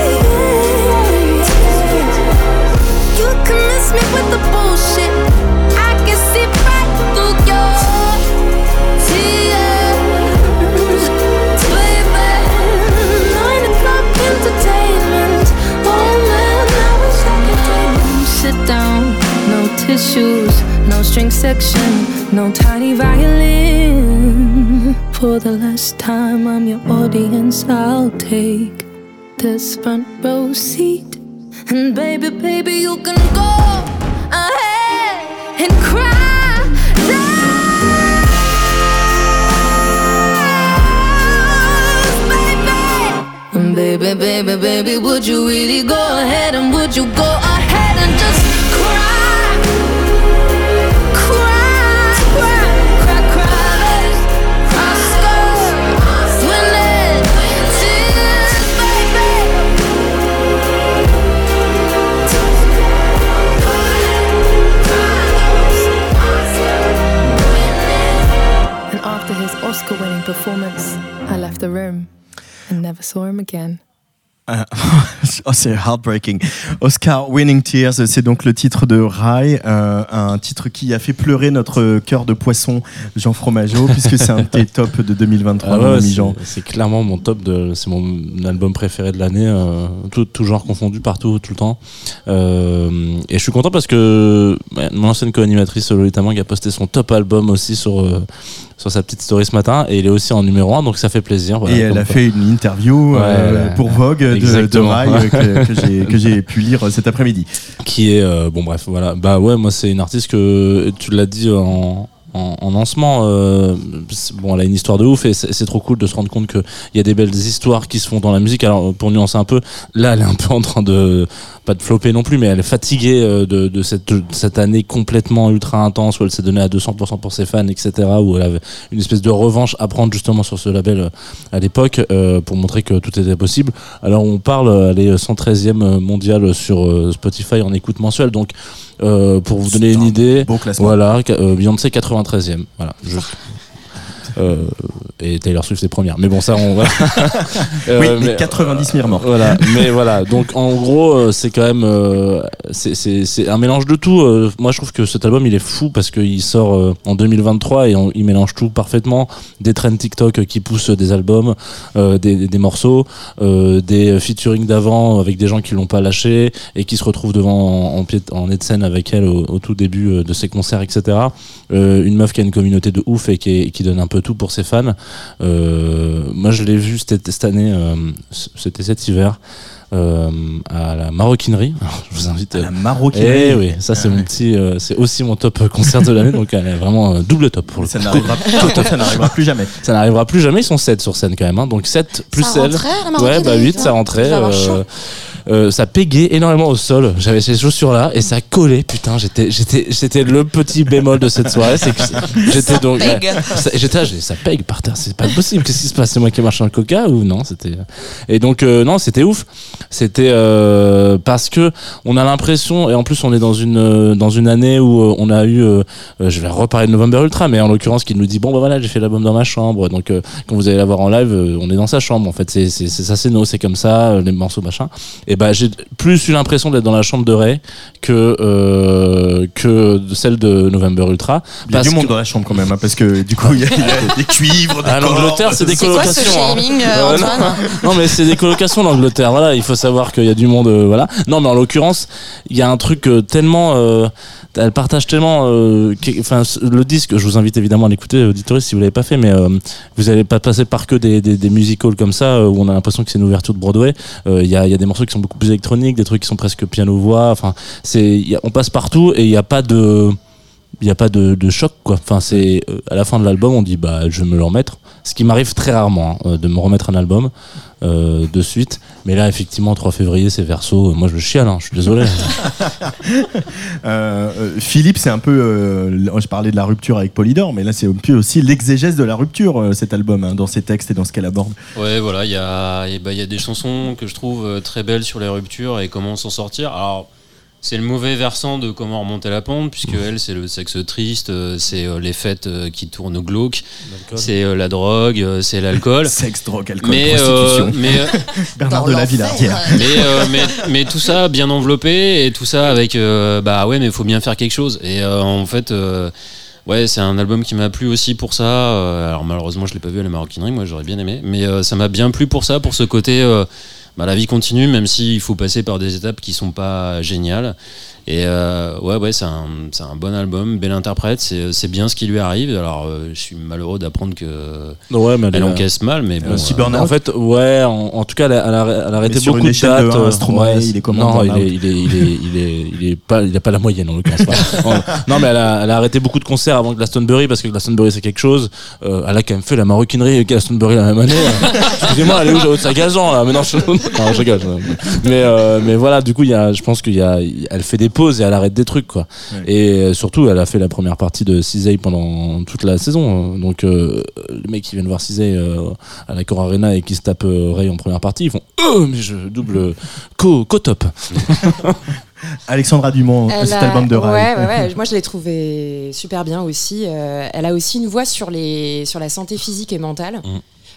You can miss me with the bullshit. I can see right through your tears, baby. 9 o'clock entertainment. Oh man, I wish I could take you. Sit down, no tissues, no string section, no tiny violin. For the last time, I'm your audience. I'll take this front row seat. And baby, baby, you can go ahead and cry those, baby. And baby, baby, baby, would you really go ahead, and would you go ahead and just cry? Cry, cry, cry, cry. Oscar winning tears, baby. And after his Oscar-winning performance, I left the room and never saw him again.
C'est heartbreaking. Oscar Winning Tears, c'est donc le titre de Rai, un titre qui a fait pleurer notre cœur de poisson Jean Fromageau, puisque c'est un de tes tops de 2023, mon ami Jean.
C'est clairement mon top, c'est mon album préféré de l'année, tout genre confondu, partout, tout le temps. Et je suis content parce que mon ancienne co-animatrice Lolita Mang a posté son top album aussi sur sa petite story ce matin, et il est aussi en numéro 1, donc ça fait plaisir. Voilà,
et elle a fait une interview pour Vogue de Rai que j'ai pu lire cet après-midi.
Qui est, bon bref, voilà. Bah ouais, moi c'est une artiste que, tu l'as dit en lancement, bon, elle a une histoire de ouf, et c'est trop cool de se rendre compte qu'il y a des belles histoires qui se font dans la musique. Alors pour nuancer un peu, là elle est un peu en train de, pas de flopper non plus, mais elle est fatiguée de cette année complètement ultra intense où elle s'est donnée à 200% pour ses fans, etc., où elle avait une espèce de revanche à prendre justement sur ce label à l'époque, pour montrer que tout était possible. Alors on parle, elle est 113e mondiale sur Spotify en écoute mensuelle, donc pour vous donner une idée, voilà, Beyoncé 93e, voilà. Et Taylor Swift est première, mais bon, ça on va.
Oui, mais 90 000 morts.
Voilà, mais voilà, donc en gros c'est quand même c'est un mélange de tout. Moi je trouve que cet album il est fou parce qu'il sort en 2023 et il mélange tout parfaitement, des trends TikTok qui poussent des albums, des morceaux, des featuring d'avant avec des gens qui l'ont pas lâché et qui se retrouvent devant en nez de scène avec elle au tout début de ses concerts, etc. Une meuf qui a une communauté de ouf et qui donne un peu tout pour ses fans. Moi je l'ai vu cette année, c'était cet hiver, à la Maroquinerie. Alors, je vous invite
à la Maroquinerie.
Oui, ça c'est mon petit, c'est aussi mon top concert de l'année, donc elle est vraiment double top pour le
ça n'arrivera plus jamais.
Ça n'arrivera plus jamais. Ils sont 7 sur scène quand même, hein. Donc 7 plus celle. Ouais, bah 8 ça rentrait. Ça pégait énormément au sol. J'avais ces chaussures là et ça collait. Putain, j'étais le petit bémol de cette soirée, c'est que j'étais donc j'étais là, ça pègue par terre, c'est pas possible. Qu'est-ce qui se passe? C'est moi qui marche un coca ou non? C'était et donc non, c'était ouf. C'était parce que on a l'impression, et en plus on est dans une année où on a eu je vais reparler de November Ultra, mais en l'occurrence qui nous dit bon bah voilà, j'ai fait l'album dans ma chambre, donc quand vous allez la voir en live, on est dans sa chambre en fait, c'est ça, c'est comme ça, les morceaux machin. Et bah j'ai plus eu l'impression d'être dans la chambre de Ray que celle de November Ultra.
Il y a du monde dans la chambre quand même, hein, parce que du coup il y a des cuivres, des cordes.
L'Angleterre c'est des colocations.
C'est quoi ce shaming, Antoine?
Non mais c'est des colocations l'Angleterre, voilà, il faut savoir qu'il y a du monde, voilà. Non mais en l'occurrence il y a un truc tellement elle partage tellement enfin le disque, je vous invite évidemment à l'écouter, auditeurs, si vous l'avez pas fait, mais vous allez pas passer par que des musicals comme ça où on a l'impression que c'est une ouverture de Broadway. Il y a des morceaux qui sont beaucoup plus électroniques, des trucs qui sont presque piano-voix, enfin on passe partout et il n'y a pas de choc quoi. Enfin c'est à la fin de l'album on dit bah je vais me le remettre, ce qui m'arrive très rarement, hein, de me remettre un album de suite, mais là effectivement 3 février c'est Verso, moi je chiale, hein, je suis désolé.
Philippe, c'est un peu je parlais de la rupture avec Polydor, mais là c'est un peu aussi l'exégèse de la rupture, cet album, hein, dans ses textes et dans ce qu'elle aborde.
Ouais, voilà, il y a des chansons que je trouve très belles sur les ruptures et comment s'en sortir. Alors c'est le mauvais versant de comment remonter la pente, puisque elle, c'est le sexe triste, c'est les fêtes qui tournent au glauque, c'est la drogue, c'est l'alcool.
Sexe, drogue, alcool, prostitution. Bernard de la Villardière.
Mais tout ça bien enveloppé, et tout ça avec bah ouais, mais il faut bien faire quelque chose. Et en fait, ouais, c'est un album qui m'a plu aussi pour ça. Alors malheureusement, je l'ai pas vu à la Maroquinerie, moi j'aurais bien aimé, mais ça m'a bien plu pour ça, pour ce côté. Bah, la vie continue, même s'il faut passer par des étapes qui sont pas géniales. Et ouais, c'est un bon album, belle interprète, c'est bien ce qui lui arrive. Alors je suis malheureux d'apprendre que elle encaisse mal, mais bon.
En
fait, ouais, en tout cas, elle a arrêté beaucoup de dates.
Ouais, il est comment?
Non, il a pas la moyenne en l'occurrence. Non, mais elle a arrêté beaucoup de concerts avant Glastonbury, parce que Glastonbury c'est quelque chose. Elle a quand même fait la Maroquinerie et Glastonbury la même année. Excusez-moi, elle est où au Gazan là? Mais non, je rigole. Mais voilà, du coup, je pense elle fait des pauses et elle arrête des trucs quoi. Ouais. Et surtout elle a fait la première partie de Cizay pendant toute la saison, donc le mec qui vient de voir Cizay à la Cor Arena et qui se tape Ray en première partie, ils font mais je double co-top.
Alexandra Dumont, cet album de Ray.
Ouais. Moi je l'ai trouvé super bien aussi. Elle a aussi une voix sur la santé physique et mentale.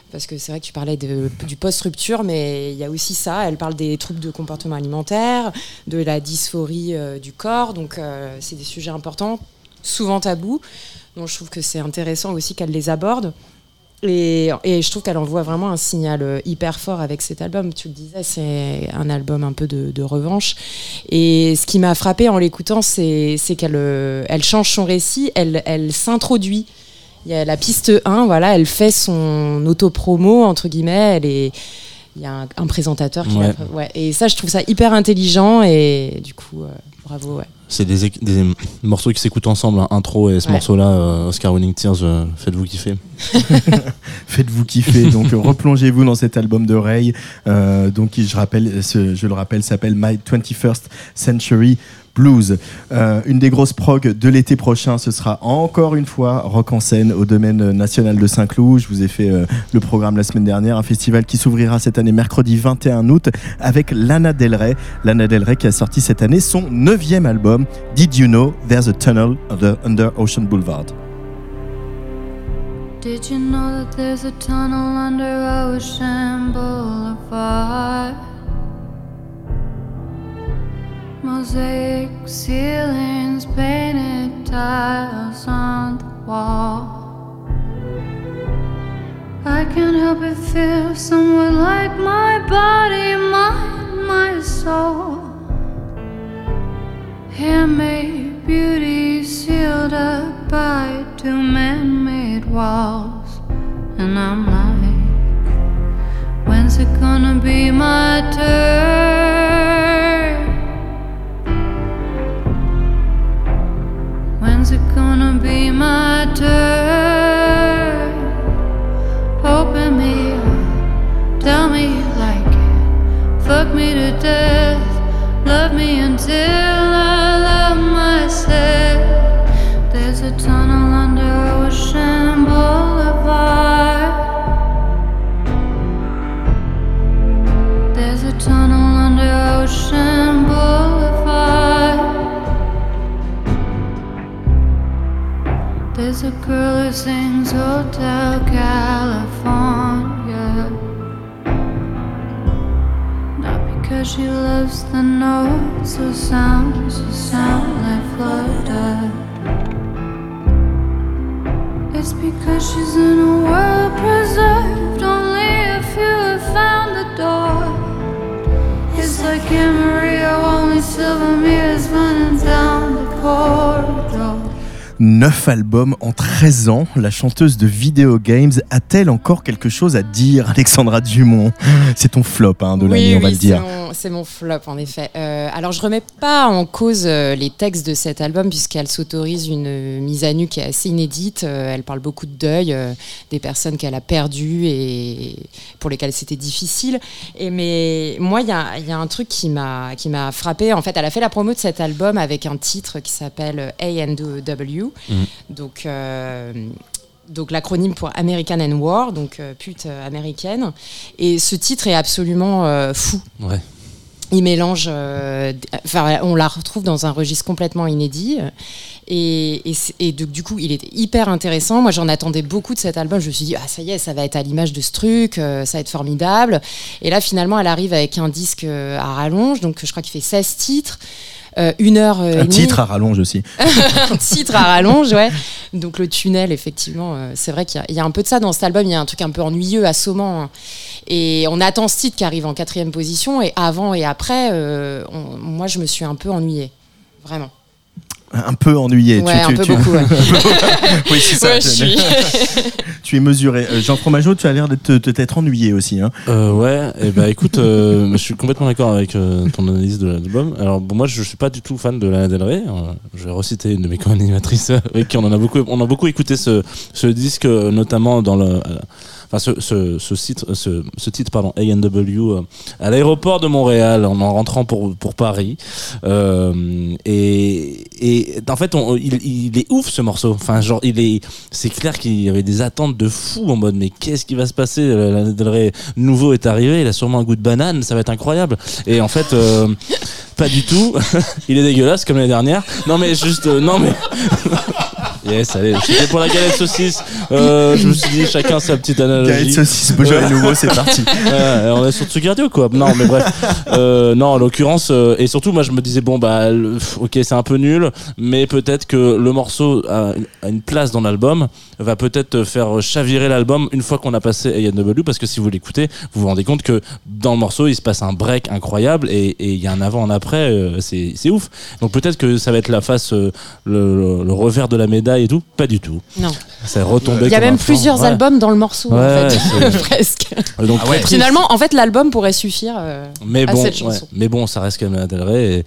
parce que c'est vrai que tu parlais du post-rupture, mais il y a aussi ça. Elle parle des troubles de comportement alimentaire, de la dysphorie du corps, donc c'est des sujets importants, souvent tabous. Donc je trouve que c'est intéressant aussi qu'elle les aborde. Et je trouve qu'elle envoie vraiment un signal hyper fort avec cet album. Tu le disais, c'est un album un peu de revanche. Et ce qui m'a frappée en l'écoutant, c'est qu'elle change son récit, elle s'introduit. Il y a la piste 1, voilà, elle fait son auto-promo, entre guillemets, il y a un présentateur qui et ça, je trouve ça hyper intelligent, et du coup, bravo, ouais.
C'est des morceaux qui s'écoutent ensemble, hein, intro et ce morceau-là, Oscar Winning Tears, faites-vous kiffer.
Faites-vous kiffer. Donc replongez-vous dans cet album de Ray, donc qui, je le rappelle, s'appelle My 21st Century Blues. Une des grosses prog de l'été prochain, ce sera encore une fois Rock en scène au domaine national de Saint-Cloud. Je vous ai fait le programme la semaine dernière, un festival qui s'ouvrira cette année mercredi 21 août avec Lana Del Rey. Lana Del Rey qui a sorti cette année son 9e album, Did You Know There's a Tunnel Under Ocean Boulevard?
Did you know that there's a tunnel under Ocean Boulevard? Mosaic ceilings, painted tiles on the wall. I can't help but feel somewhat like my body, mind, my soul. Handmade beauty sealed up by two man-made walls. And I'm like, when's it gonna be my turn? When's it gonna be my turn? Open me up, tell me you like it. Fuck me to death, love me until I love myself. There's a tunnel under Ocean Boulevard. There's a tunnel under Ocean Boulevard. There's a girl who sings Hotel California, not because she loves the notes or sounds like Florida. It's because she's in a world preserved only if you have found the door. It's like Anne-Marie, only silver mirrors running down the corridor.
9 albums en 13 ans, la chanteuse de Video Games a-t-elle encore quelque chose à dire, Alexandra Dumont? C'est ton flop de l'année, on va le dire.
C'est mon flop, en effet. Alors, je remets pas en cause les textes de cet album, puisqu'elle s'autorise une mise à nu qui est assez inédite. Elle parle beaucoup de deuil, des personnes qu'elle a perdues et pour lesquelles c'était difficile. Mais moi, il y a un truc qui m'a frappée. En fait, elle a fait la promo de cet album avec un titre qui s'appelle A&W. Donc l'acronyme pour American and War, donc pute américaine. Et ce titre est absolument fou.
Ouais.
Il mélange, on la retrouve dans un registre complètement inédit, et du coup il était hyper intéressant. Moi j'en attendais beaucoup de cet album, je me suis dit ça y est, ça va être à l'image de ce truc, ça va être formidable. Et là finalement elle arrive avec un disque à rallonge, donc je crois qu'il fait 16 titres. 1 heure et demie.
Titre à rallonge aussi.
Un titre à rallonge, ouais. Donc le tunnel, effectivement, c'est vrai qu'il y a un peu de ça dans cet album. Il y a un truc un peu ennuyeux, assommant. Et on attend ce titre qui arrive en 4e position. Et avant et après, moi, je me suis un peu ennuyée. Vraiment.
Un peu ennuyé.
Ouais, un peu beaucoup, ouais.
Oui, c'est ça.
Ouais, je suis.
Tu es mesuré. Jean Fromageau, tu as l'air de t'être ennuyé aussi.
Ouais, et écoute, je suis complètement d'accord avec ton analyse de l'album. Alors, moi, je suis pas du tout fan de Lana Del Rey. Je vais reciter une de mes co-animatrices avec qui on a beaucoup écouté ce disque, notamment dans le. Ce titre, pardon, A&W, à l'aéroport de Montréal, en rentrant pour Paris. Et en fait, il est ouf ce morceau. Enfin, genre, c'est clair qu'il y avait des attentes de fou en mode, mais qu'est-ce qui va se passer? Lana Del Rey nouveau est arrivé, il a sûrement un goût de banane, ça va être incroyable. Et en fait, pas du tout. Il est dégueulasse comme l'année dernière. Non, mais juste, non, mais. Yes, allez, c'était pour la galette saucisse. Je me suis dit, chacun sa petite analogie.
Galette saucisse, Beaujolais nouveau, c'est parti.
On est sur Tsugi Radio, quoi. Non, mais bref. Non, en l'occurrence, et surtout, moi, je me disais, bon, bah, ok, c'est un peu nul, mais peut-être que le morceau a une place dans l'album, va peut-être faire chavirer l'album une fois qu'on a passé A&W, parce que si vous l'écoutez, vous vous rendez compte que dans le morceau, il se passe un break incroyable et il y a un avant, un après, c'est ouf. Donc peut-être que ça va être la face, le revers de la médaille et tout. Pas du tout.
Non.
C'est retombé.
Il y a même plusieurs albums dans le morceau, en fait. Presque.
Donc,
finalement, en fait, l'album pourrait suffire
mais
à
bon,
cette chanson.
Mais bon, ça reste quand même Lana Del Rey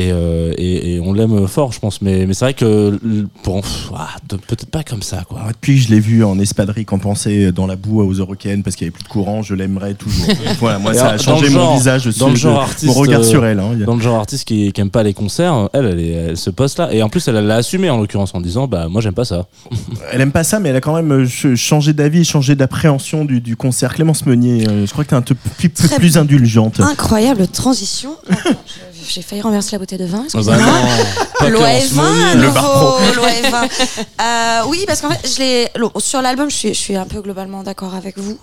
et on l'aime fort, je pense. Mais c'est vrai que peut-être pas comme ça, quoi.
Depuis que je l'ai vu en espadrille compenser dans la boue aux Eurocaines parce qu'il n'y avait plus de courant, je l'aimerais toujours. Voilà, moi, ça a changé mon visage aussi, mon regard sur elle.
Dans le genre artiste qui aime pas les concerts, elle se poste là. Et en plus, elle l'a assumé en l'occurrence en disant, bah moi, j'aime pas ça.
Elle aime pas ça, mais elle a quand même changé d'avis, changé d'appréhension du concert. Clémence Meunier, je crois que t'es un peu plus indulgente.
Incroyable transition. J'ai failli renverser la bouteille de vin, excusez-moi.
L'OE20
le bar pro.
L'OE20. Oui, parce qu'en fait, sur l'album, je suis un peu globalement d'accord avec vous.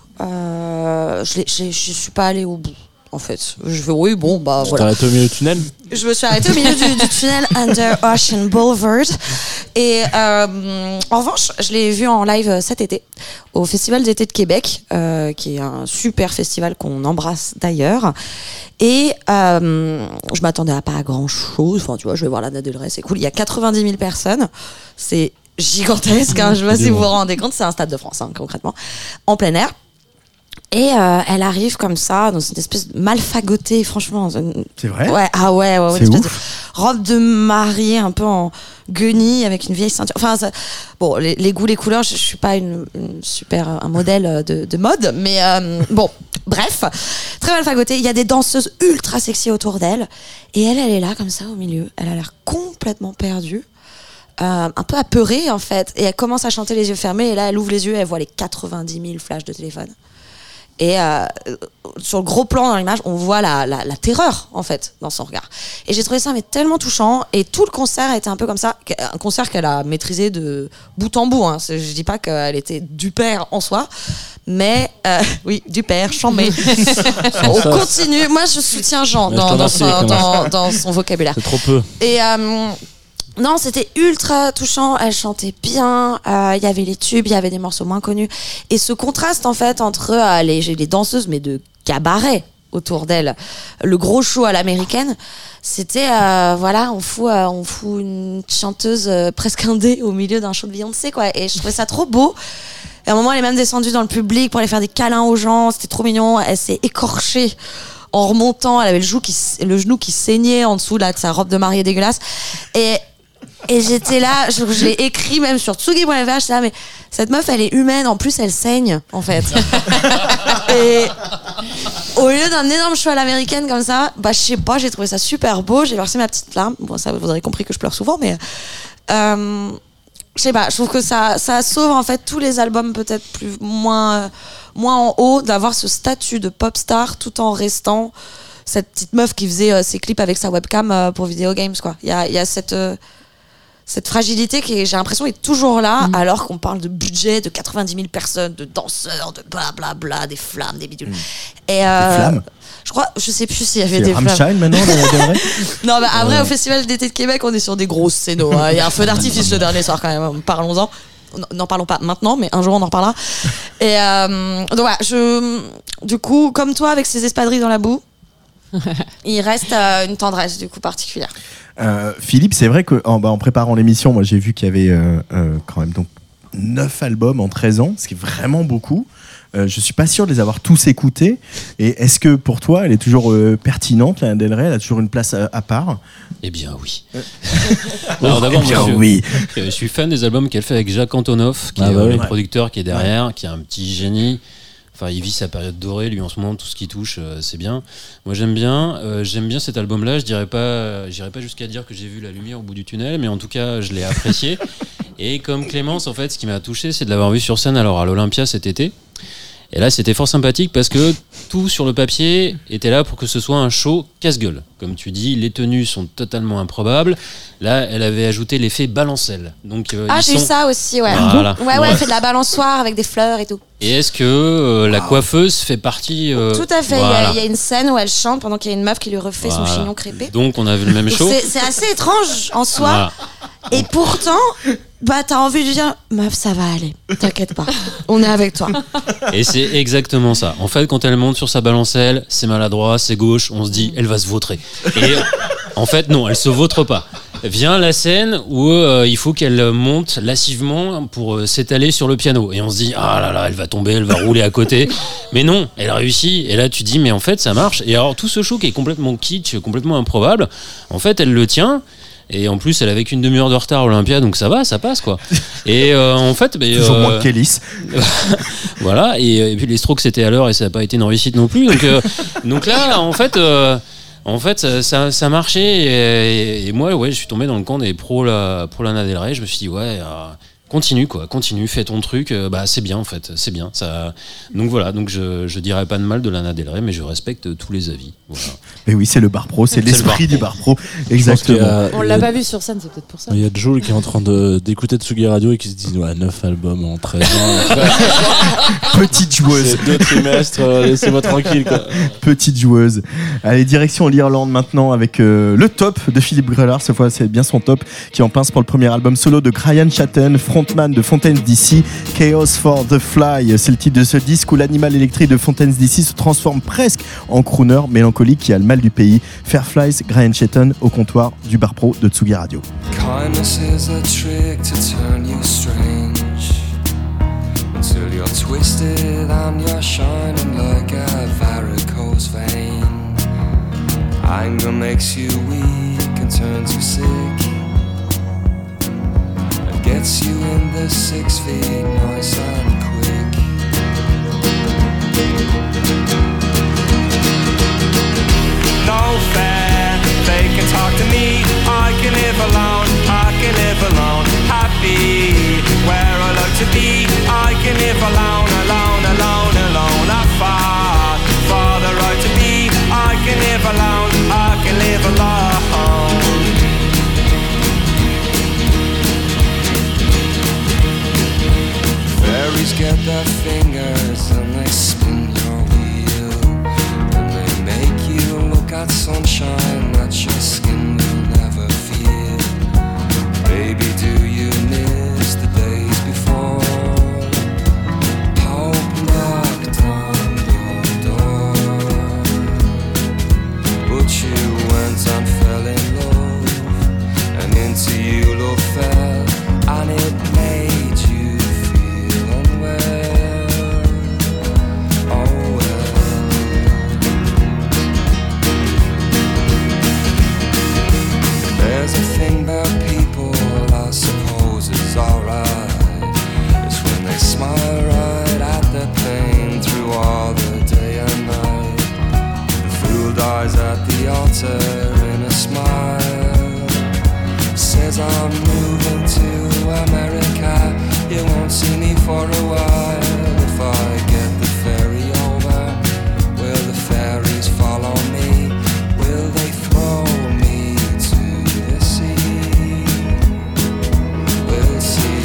Je suis pas allée au bout. En fait, voilà.
Tu t'es arrêté au milieu du tunnel ?
Je me suis arrêtée au milieu du tunnel Under Ocean Boulevard. Et en revanche, je l'ai vu en live cet été au Festival d'été de Québec, qui est un super festival qu'on embrasse d'ailleurs. Et je m'attendais à pas à grand chose. Enfin, tu vois, je vais voir Lana Del Rey, c'est cool. Il y a 90 000 personnes. C'est gigantesque. Hein. Je sais pas si vous vous rendez compte. C'est un stade de France, hein, concrètement, en plein air. Et elle arrive comme ça, dans une espèce de mal fagotée, franchement.
C'est vrai ?
Ouais,
c'est
une espèce de
ouf.
robe de mariée un peu en guenille avec une vieille ceinture. Enfin, bon, les goûts, les couleurs, je suis pas un modèle de mode, mais bon, bref, très mal fagotée. Il y a des danseuses ultra sexy autour d'elle, et elle est là comme ça au milieu. Elle a l'air complètement perdue. Un peu apeurée en fait, et elle commence à chanter les yeux fermés, et là elle ouvre les yeux et elle voit les 90 000 flashs de téléphone. Et sur le gros plan dans l'image, on voit la terreur en fait dans son regard. Et j'ai trouvé ça mais tellement touchant. Et tout le concert a été un peu comme ça, un concert qu'elle a maîtrisé de bout en bout. Hein. Je dis pas qu'elle était du père en soi, mais oui, du père, chambé. On continue. Moi, je soutiens Jean dans son vocabulaire.
C'est trop peu.
Et non, c'était ultra touchant, elle chantait bien, il y avait les tubes, il y avait des morceaux moins connus. Et ce contraste, en fait, entre les danseuses, mais de cabaret autour d'elle, le gros show à l'américaine, c'était, on fout une chanteuse presque indé au milieu d'un show de Beyoncé, quoi. Et je trouvais ça trop beau. Et à un moment, elle est même descendue dans le public pour aller faire des câlins aux gens, c'était trop mignon. Elle s'est écorchée en remontant, elle avait le genou qui saignait en dessous là, de sa robe de mariée dégueulasse. Et j'étais là, je l'ai écrit même sur Tsugi.fr, j'étais là, mais cette meuf, elle est humaine, en plus, elle saigne, en fait. Et au lieu d'un énorme show à l'américaine comme ça, je sais pas, j'ai trouvé ça super beau, j'ai versé ma petite larme. Bon, ça, vous aurez compris que je pleure souvent, mais je sais pas, je trouve que ça sauve, en fait, tous les albums peut-être moins en haut, d'avoir ce statut de pop star tout en restant cette petite meuf qui faisait ses clips avec sa webcam pour Video Games, quoi. Il y a cette fragilité qui, j'ai l'impression, est toujours là, alors qu'on parle de budget, de 90 000 personnes, de danseurs, de blablabla, des flammes, des bidules. Et
des flammes.
Je sais plus s'il y avait des
Rammstein,
flammes.
maintenant,
Non, mais après, au Festival d'été de Québec, on est sur des grosses scénos. Hein. Il y a un feu d'artifice le dernier soir, quand même. Parlons-en. N'en parlons pas maintenant, mais un jour on en reparlera. Et donc voilà, du coup, comme toi, avec ces espadrilles dans la boue, il reste une tendresse, du coup, particulière.
Philippe, c'est vrai qu'en préparant l'émission, moi j'ai vu qu'il y avait quand même donc 9 albums en 13 ans, ce qui est vraiment beaucoup. Je suis pas sûr de les avoir tous écoutés. Et est-ce que pour toi, elle est toujours pertinente, Lana Del Rey, elle a toujours une place à part ?
Eh bien oui. Alors d'abord, je suis fan des albums qu'elle fait avec Jacques Antonoff, qui est le producteur qui est derrière, qui est un petit génie. Enfin, il vit sa période dorée, lui, en ce moment, tout ce qu'il touche, c'est bien. Moi, j'aime bien cet album-là. J'irai pas jusqu'à dire que j'ai vu la lumière au bout du tunnel, mais en tout cas, je l'ai apprécié. Et comme Clémence, en fait, ce qui m'a touché, c'est de l'avoir vu sur scène, alors à l'Olympia cet été. Et là, c'était fort sympathique parce que tout sur le papier était là pour que ce soit un show casse-gueule. Comme tu dis, les tenues sont totalement improbables. Là, elle avait ajouté l'effet balancelle. Donc,
j'ai eu ça aussi, ouais.
Voilà.
Ouais, elle fait de la balançoire avec des fleurs et tout.
Et est-ce que la coiffeuse fait partie
Tout à fait.
Voilà.
Il y a une scène où elle chante pendant qu'il y a une meuf qui lui refait son chignon crêpé.
Donc, on a vu le même show.
C'est assez étrange en soi.
Voilà.
Et pourtant, t'as envie de dire, meuf, ça va aller. T'inquiète pas. On est avec toi.
Et c'est exactement ça. En fait, quand elle monte sur sa balancelle, c'est maladroit, c'est gauche, on se dit, elle va se vautrer. Et en fait, non, elle se vautre pas. Vient la scène où il faut qu'elle monte lascivement pour s'étaler sur le piano. Et on se dit, ah là là, elle va tomber, elle va rouler à côté. Mais non, elle réussit. Et là, tu dis, mais en fait, ça marche. Et alors, tout ce show qui est complètement kitsch, complètement improbable, en fait, elle le tient. Et en plus, elle avait qu'une demi-heure de retard à Olympia, donc ça va, ça passe quoi. Et en fait,
toujours moins qu'Ellis.
Voilà. Et puis les Strokes c'était à l'heure et ça n'a pas été une réussite non plus. Donc là, en fait, ça marchait. Et moi, ouais, je suis tombé dans le camp des pros Lana Del Rey. Je me suis dit, ouais. Continue, fais ton truc, c'est bien en fait, c'est bien. Ça... Donc voilà, donc je dirais pas de mal de Lana Del Rey, mais je respecte tous les avis. Voilà.
Mais oui, c'est le bar pro, c'est l'esprit du bar pro, exactement.
On l'a pas vu sur scène, c'est peut-être pour ça.
Il y a Joel qui est en train d'écouter Tsugi Radio et qui se dit 9 albums en 13 ans.
Petite joueuse.
C'est 2 trimestres, laissez-moi tranquille quoi.
Petite joueuse. Allez, direction l'Irlande maintenant avec le top de Philippe Grelard, cette fois c'est bien son top, qui en pince pour le premier album solo de Graham Chatton, frontman de Fontaines DC. Chaos for the Fly, c'est le titre de ce disque où l'animal électrique de Fontaines DC se transforme presque en crooner mélancolique qui a le mal du pays. Fairflies, Graham Chatton au comptoir du bar pro de Tsugi Radio.
Kindness is a trick to turn you strange until you're twisted and you're shining like a varicose vein. Anger makes you weak and turns you sick. Gets you in the 6 feet nice and quick. No fair, they can talk to me. I can live alone, I can live alone. Happy, where I like to be. I can live alone, alone, alone, alone. I fought for the right to be. I can live alone, I can live alone. Fairies get their fingers and they spin your wheel, and they make you look at sunshine that your skin will never feel. Baby, do you miss the days before? Hope knocked on your door, but you went and fell in love, and into you love fell, and it made you feel unwell. Oh well. There's a thing about people I suppose is alright. It's when they smile right at their pain through all the day and night. The fool dies at the altar in a smile. Says I'm moving to America. You won't see me for a while. If I get the ferry over, will the fairies follow me? Will they throw me to the sea? We'll see.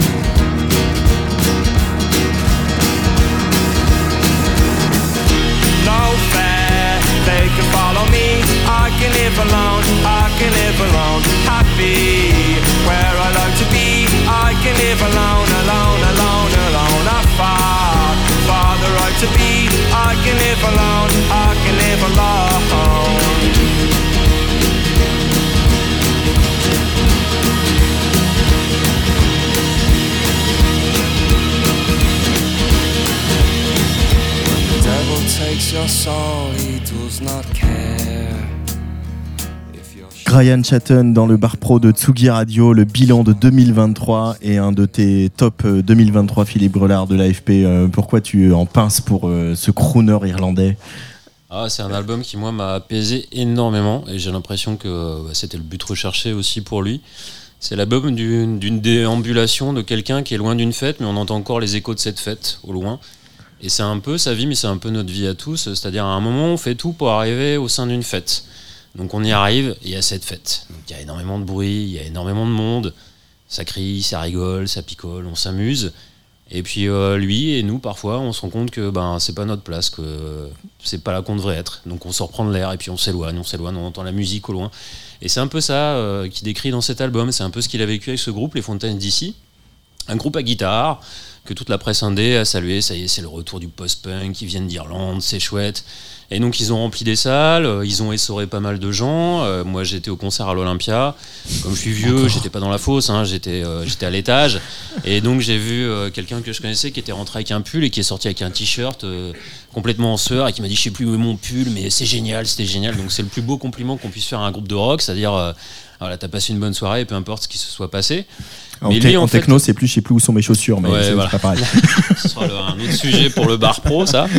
No fair, they can follow me. I can live alone, I can live alone. Happy, where I like to be. I can live alone, alone, alone, alone. I fought for the right to be. I can live alone, I can live alone. When the devil takes your soul, he does not care.
Graham Chatton dans le bar pro de Tsugi Radio, le bilan de 2023 et un de tes top 2023, Philippe Grelard de l'AFP. Pourquoi tu en pinces pour ce crooner irlandais ?
C'est un album qui moi m'a apaisé énormément et j'ai l'impression que c'était le but recherché aussi pour lui. C'est l'album d'une déambulation de quelqu'un qui est loin d'une fête, mais on entend encore les échos de cette fête au loin. Et c'est un peu sa vie, mais c'est un peu notre vie à tous. C'est-à-dire, à un moment, on fait tout pour arriver au sein d'une fête. Donc on y arrive, et il y a cette fête. Donc il y a énormément de bruit, il y a énormément de monde. Ça crie, ça rigole, ça picole, on s'amuse. Et puis lui et nous, parfois, on se rend compte que c'est pas notre place, que c'est pas là qu'on devrait être. Donc on sort prendre l'air, et puis on s'éloigne, on entend la musique au loin. Et c'est un peu ça qu'il décrit dans cet album. C'est un peu ce qu'il a vécu avec ce groupe, les Fontaines d'ici. Un groupe à guitare, que toute la presse indé a salué. Ça y est, c'est le retour du post-punk, ils viennent d'Irlande, c'est chouette. Et donc ils ont rempli des salles, ils ont essoré pas mal de gens. Moi j'étais au concert à l'Olympia. Comme je suis vieux, j'étais pas dans la fosse, j'étais à l'étage. Et donc j'ai vu quelqu'un que je connaissais qui était rentré avec un pull et qui est sorti avec un t-shirt complètement en sueur et qui m'a dit je sais plus où est mon pull, mais c'est génial, c'était génial. Donc c'est le plus beau compliment qu'on puisse faire à un groupe de rock, c'est-à-dire voilà, t'as passé une bonne soirée, peu importe ce qui se soit passé.
Mais lui, en techno, c'est plus je sais plus où sont mes chaussures, mais c'est pas pareil.
Ce sera un autre sujet pour le bar pro, ça.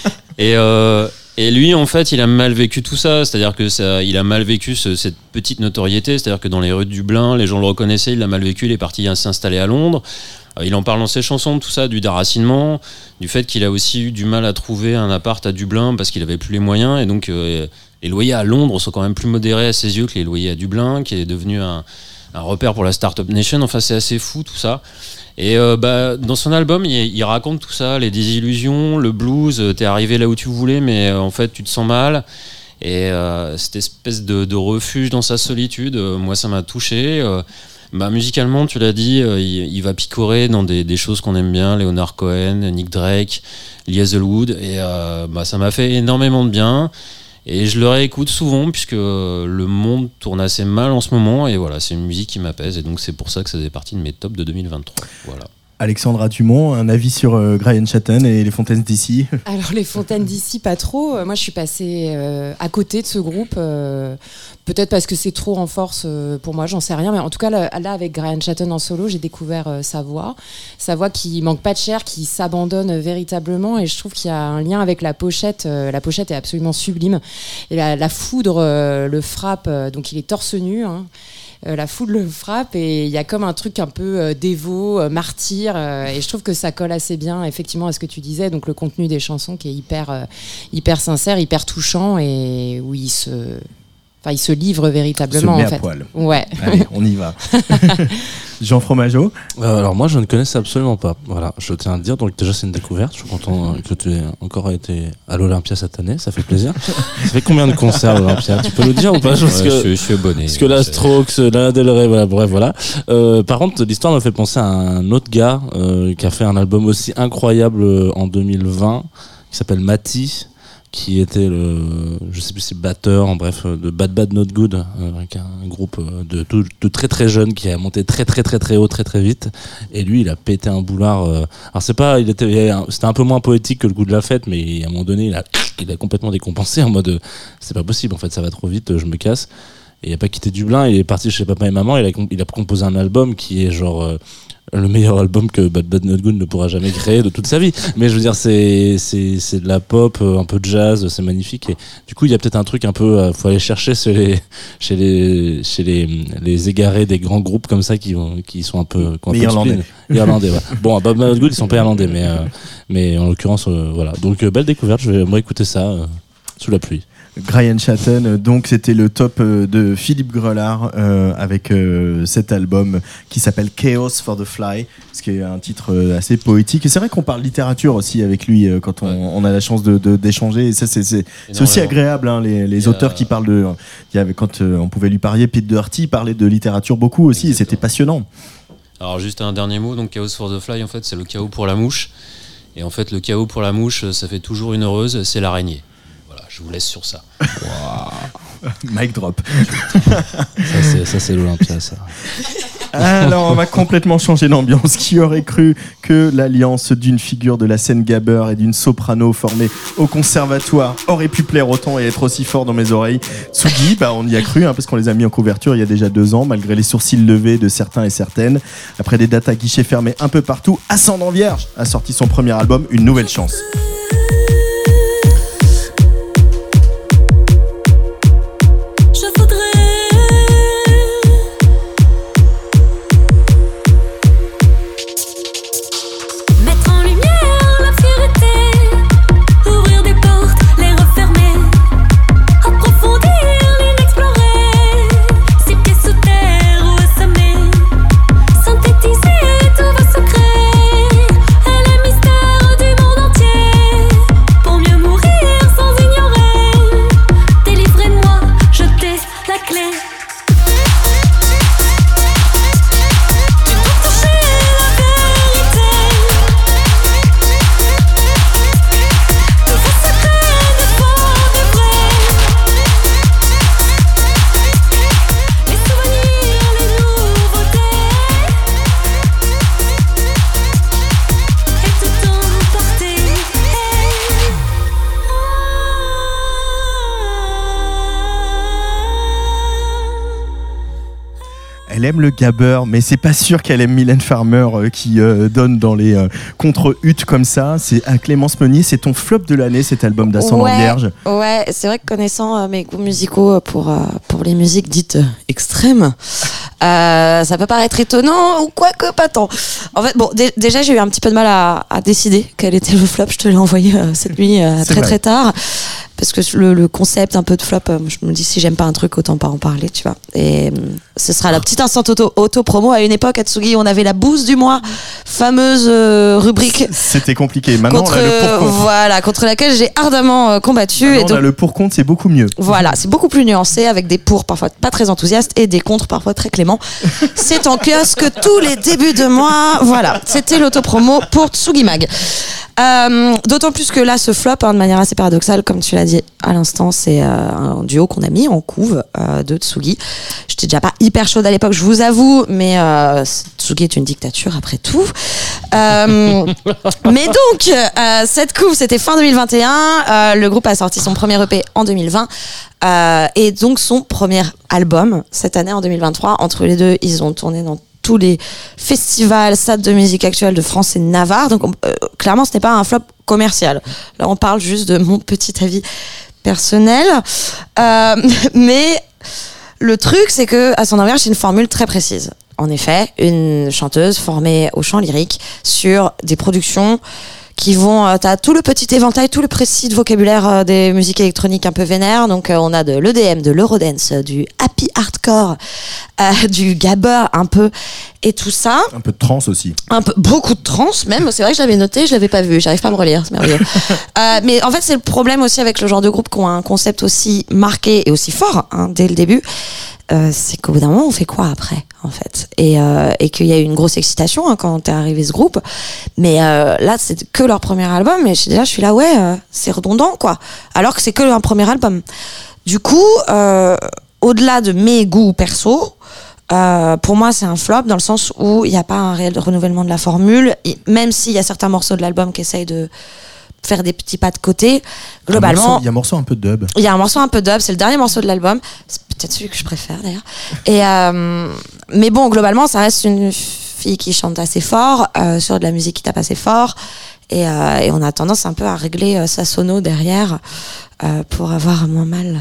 Et lui, en fait, il a mal vécu tout ça. C'est-à-dire que il a mal vécu cette petite notoriété. C'est-à-dire que dans les rues de Dublin, les gens le reconnaissaient, il l'a mal vécu. Il est parti s'installer à Londres. Il en parle dans ses chansons de tout ça, du déracinement, du fait qu'il a aussi eu du mal à trouver un appart à Dublin parce qu'il avait plus les moyens. Et donc, les loyers à Londres sont quand même plus modérés à ses yeux que les loyers à Dublin, qui est devenu un repère pour la Startup Nation. Enfin, c'est assez fou tout ça. Et dans son album, il raconte tout ça, les désillusions, le blues, t'es arrivé là où tu voulais, mais en fait, tu te sens mal. Et cette espèce de refuge dans sa solitude, moi, ça m'a touché. Musicalement, tu l'as dit, il va picorer dans des choses qu'on aime bien, Leonard Cohen, Nick Drake, Lee Hazelwood. Et ça m'a fait énormément de bien. Et je le réécoute souvent puisque le monde tourne assez mal en ce moment et voilà, c'est une musique qui m'apaise et donc c'est pour ça que ça faisait partie de mes tops de 2023. Voilà.
Alexandra Dumont, un avis sur Graham Chatton et les Fontaines d'ici? Alors
les Fontaines d'ici, pas trop. Moi je suis passée à côté de ce groupe, peut-être parce que c'est trop en force pour moi, j'en sais rien. Mais en tout cas là avec Graham Chatton en solo, j'ai découvert sa voix qui manque pas de chair, qui s'abandonne véritablement et je trouve qu'il y a un lien avec la pochette. La pochette est absolument sublime. Et la foudre le frappe, donc il est torse nu. La foudre le frappe et il y a comme un truc un peu dévot, martyr et je trouve que ça colle assez bien effectivement à ce que tu disais, donc le contenu des chansons qui est hyper sincère, hyper touchant et où il se livre véritablement.
Se met
en fait.
à poil.
Ouais.
Allez, on y va. Jean Fromageau.
Alors moi je ne connaissais absolument pas. Voilà, je tiens à le dire. Donc déjà c'est une découverte. Je suis content que tu aies encore été à l'Olympia cette année. Ça fait plaisir. Ça fait combien de concerts à l'Olympia? Tu peux le dire ou pas?
Je suis abonné.
Parce que la Strokes, Lana Del Rey, voilà, bref, voilà. Par contre, l'histoire me fait penser à un autre gars qui a fait un album aussi incroyable en 2020 qui s'appelle Mati, qui était je sais plus si batteur, en bref, de Bad Bad Not Good, avec un groupe de très très jeunes qui a monté très très très très haut très très vite. Et lui, il a pété un boulard. Alors c'était un peu moins poétique que le goût de la fête, mais à un moment donné, il a complètement décompensé en mode c'est pas possible, en fait, ça va trop vite, je me casse. Et il a pas quitté Dublin, il est parti chez papa et maman. Il a composé un album qui est genre le meilleur album que Bad Bad Not Good ne pourra jamais créer de toute sa vie. Mais je veux dire, c'est de la pop, un peu de jazz, c'est magnifique. Et du coup, il y a peut-être un truc un peu, faut aller chercher chez les égarés des grands groupes comme ça qui sont un peu,
mais irlandais.
Irlandais, ouais. Bon, à Bad Bad Not Good, ils sont pas irlandais, mais en l'occurrence, voilà. Donc, belle découverte. Je vais moi écouter ça sous la pluie.
Graham Chatton, donc c'était le top de Philippe Grelard avec cet album qui s'appelle Chaos for the Fly, ce qui est un titre assez poétique. Et c'est vrai qu'on parle littérature aussi avec lui quand on a la chance d'échanger. Et ça, c'est aussi agréable, hein, les auteurs qui parlent de. Quand on pouvait lui parler, Pete Doherty parlait de littérature beaucoup aussi. Exactement. Et c'était passionnant.
Alors juste un dernier mot, donc Chaos for the Fly, en fait, c'est le chaos pour la mouche. Et en fait, le chaos pour la mouche, ça fait toujours une heureuse, c'est l'araignée. Je vous laisse sur ça.
Wow. Mic drop.
Ça c'est l'Olympia, ça.
Alors on va complètement changer d'ambiance. Qui aurait cru que l'alliance d'une figure de la scène gabber et d'une soprano formée au conservatoire aurait pu plaire autant et être aussi fort dans mes oreilles? Tsugi, on y a cru, parce qu'on les a mis en couverture il y a déjà 2 ans, malgré les sourcils levés de certains et certaines. Après des dates à guichets fermés un peu partout, Ascendant Vierge a sorti son premier album, Une Nouvelle Chance.
Mettre en lumière la fierté
Elle aime le gabber, mais c'est pas sûr qu'elle aime Mylène Farmer qui donne dans les contre-huttes comme ça. C'est Clémence Meunier, c'est ton flop de l'année, cet album d'Ascendant Vierge.
Ouais, c'est vrai que connaissant mes goûts musicaux pour les musiques dites extrêmes, ça peut paraître étonnant ou quoique pas tant. En fait, bon, déjà j'ai eu un petit peu de mal à décider quel était le flop. Je te l'ai envoyé cette nuit très tard. Parce que le concept un peu de flop, je me dis si j'aime pas un truc, autant pas en parler, tu vois. Et ce sera la petite instant auto-promo. À une époque, à Tsugi, on avait la bouse du mois, fameuse rubrique.
C'était compliqué. Maintenant, on a le pour-contre.
Voilà, contre laquelle j'ai ardemment combattu.
Maintenant,
et donc,
on a le pour-contre, c'est beaucoup mieux.
Voilà, c'est beaucoup plus nuancé, avec des pour parfois pas très enthousiastes et des contre parfois très cléments. C'est en kiosque tous les débuts de mois. Voilà, c'était l'auto-promo pour Tsugi Mag. D'autant plus que là, ce flop, de manière assez paradoxale, comme tu l'as dit à l'instant, c'est un duo qu'on a mis en couve de Tsugi. J'étais déjà pas hyper chaude à l'époque, je vous avoue, mais Tsugi est une dictature après tout. Mais donc, cette couve, c'était fin 2021. Le groupe a sorti son premier EP en 2020. Et donc son premier album cette année en 2023. Entre les deux, ils ont tourné dans tous les festivals, salles de musique actuelle de France et de Navarre. Donc clairement, ce n'est pas un flop commercial. Là, on parle juste de mon petit avis personnel. Mais le truc, c'est que Ascendant Vierge, c'est une formule très précise. En effet, une chanteuse formée au chant lyrique sur des productions qui vont, t'as tout le petit éventail, tout le précis de vocabulaire des musiques électroniques un peu vénères. Donc on a de l'EDM, de l'Eurodance, du happy hardcore, du gabber un peu, et tout ça.
Un peu de trance aussi.
Beaucoup de trance même. C'est vrai que je l'avais noté, je l'avais pas vu. J'arrive pas à me relire, c'est merveilleux. Mais en fait, c'est le problème aussi avec le genre de groupe qui ont un concept aussi marqué et aussi fort dès le début. C'est qu'au bout d'un moment, on fait quoi après, en fait, et qu'il y a eu une grosse excitation quand t'es arrivé ce groupe, mais là c'est que leur premier album, et je suis là c'est redondant quoi, alors que c'est que un premier album. Du coup, au-delà de mes goûts perso, pour moi c'est un flop dans le sens où il n'y a pas un réel renouvellement de la formule, et même s'il y a certains morceaux de l'album qui essayent de faire des petits pas de côté, globalement
il y a un morceau un peu dub.
Il y a un morceau un peu dub, c'est le dernier morceau de l'album, c'est peut-être celui que je préfère d'ailleurs. Et mais bon, globalement, ça reste une fille qui chante assez fort, sur de la musique qui tape assez fort, et on a tendance un peu à régler sa sono derrière pour avoir moins mal.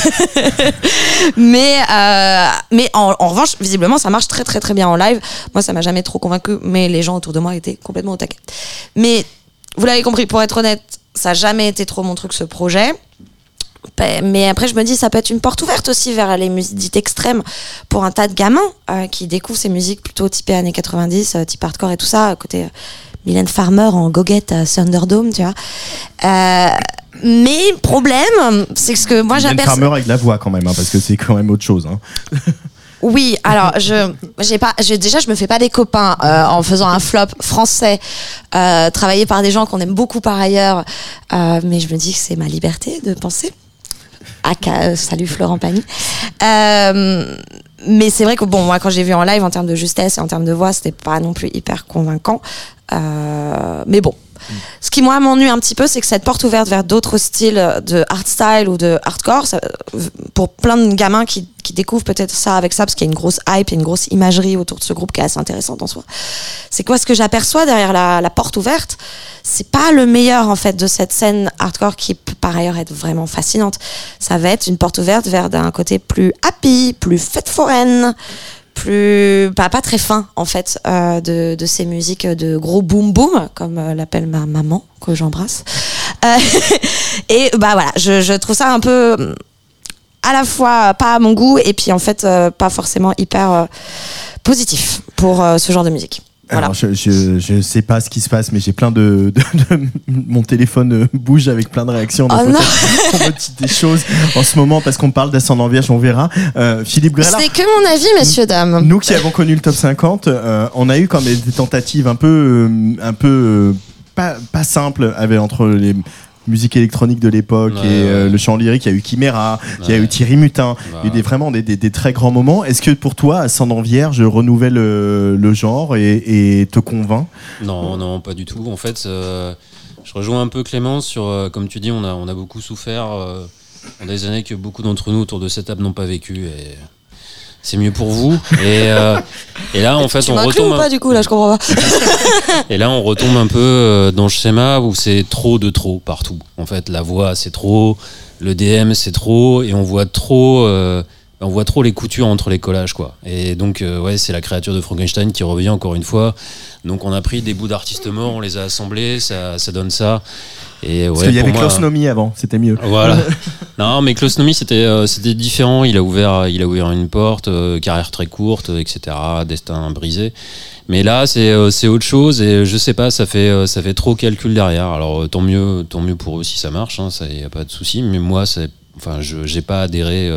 mais en revanche, visiblement, ça marche très très très bien en live. Moi, ça m'a jamais trop convaincu, mais les gens autour de moi étaient complètement au taquet. Mais vous l'avez compris, pour être honnête, ça n'a jamais été trop mon truc, ce projet. Mais après, je me dis, ça peut être une porte ouverte aussi vers les musiques dites extrêmes pour un tas de gamins qui découvrent ces musiques plutôt typées années 90, type hardcore et tout ça, côté Mylène Farmer en goguette à Thunderdome, tu vois. Mais le problème, c'est que moi j'aperçois...
Mylène Farmer avec la voix quand même, parce que c'est quand même autre chose.
Oui, alors je me fais pas des copains en faisant un flop français travaillé par des gens qu'on aime beaucoup par ailleurs, mais je me dis que c'est ma liberté de penser. Salut Florent Pagny. Mais c'est vrai que bon, moi quand j'ai vu en live, en termes de justesse et en termes de voix, c'était pas non plus hyper convaincant. Mais bon. Ce qui moi m'ennuie un petit peu, c'est que cette porte ouverte vers d'autres styles de hardstyle ou de hardcore, pour plein de gamins qui découvrent peut-être ça avec ça, parce qu'il y a une grosse hype, il y a une grosse imagerie autour de ce groupe qui est assez intéressante en soi. C'est quoi ce que j'aperçois derrière la porte ouverte? C'est pas le meilleur en fait de cette scène hardcore qui peut par ailleurs être vraiment fascinante. Ça va être une porte ouverte vers d'un côté plus happy, plus fête foraine, plus pas très fin en fait de ces musiques de gros boom boom comme l'appelle ma maman que j'embrasse. Et bah voilà, je trouve ça un peu à la fois pas à mon goût et puis en fait pas forcément hyper positif pour ce genre de musique. Voilà.
Alors je sais pas ce qui se passe, mais j'ai plein de mon téléphone bouge avec plein de réactions. Donc on me dit des choses en ce moment parce qu'on parle d'Ascendant Vierge, on verra. Philippe Grella.
C'est que mon avis, messieurs dames.
Nous qui avons connu le top 50, on a eu quand même des tentatives un peu pas simples entre les musique électronique de l'époque et le chant lyrique. Il y a eu Chimera, il y a eu Thierry Mutin, il y a eu vraiment des très grands moments. Est-ce que pour toi, Ascendant Vierge renouvelle le genre et te convainc?
Non, pas du tout. En fait, je rejoins un peu Clémence sur, comme tu dis, on a beaucoup souffert dans des années que beaucoup d'entre nous autour de cette table n'ont pas vécu. c'est mieux pour vous. Et là, en fait,
tu
on
m'inclus
retombe.
ou pas du coup là, je comprends pas.
Et là, on retombe un peu dans le schéma où c'est trop de trop partout. En fait, la voix, c'est trop, le DM, c'est trop, et on voit trop les coutures entre les collages, quoi. Et donc, ouais, c'est la créature de Frankenstein qui revient encore une fois. Donc, on a pris des bouts d'artistes morts, on les a assemblés, ça donne ça. Et ouais,
parce qu'il y avait
moi,
Klaus Nomi avant, c'était mieux.
Voilà. Non, mais Klaus Nomi, c'était différent. Il a ouvert une porte, carrière très courte, etc. Destin brisé. Mais là, c'est autre chose, et je sais pas, ça fait trop calcul derrière. Alors tant mieux pour eux si ça marche, hein, ça y a pas de souci. Mais moi, j'ai pas adhéré.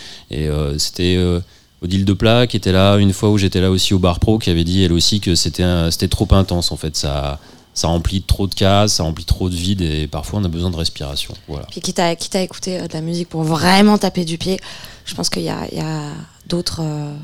C'était Odile Deplat qui était là une fois où j'étais là aussi au Bar Pro, qui avait dit elle aussi que c'était trop intense en fait. Ça remplit trop de cases, ça remplit trop de vide, et parfois on a besoin de respiration. Voilà.
Puis quitte à écouter de la musique pour vraiment taper du pied, je pense qu'il y a d'autres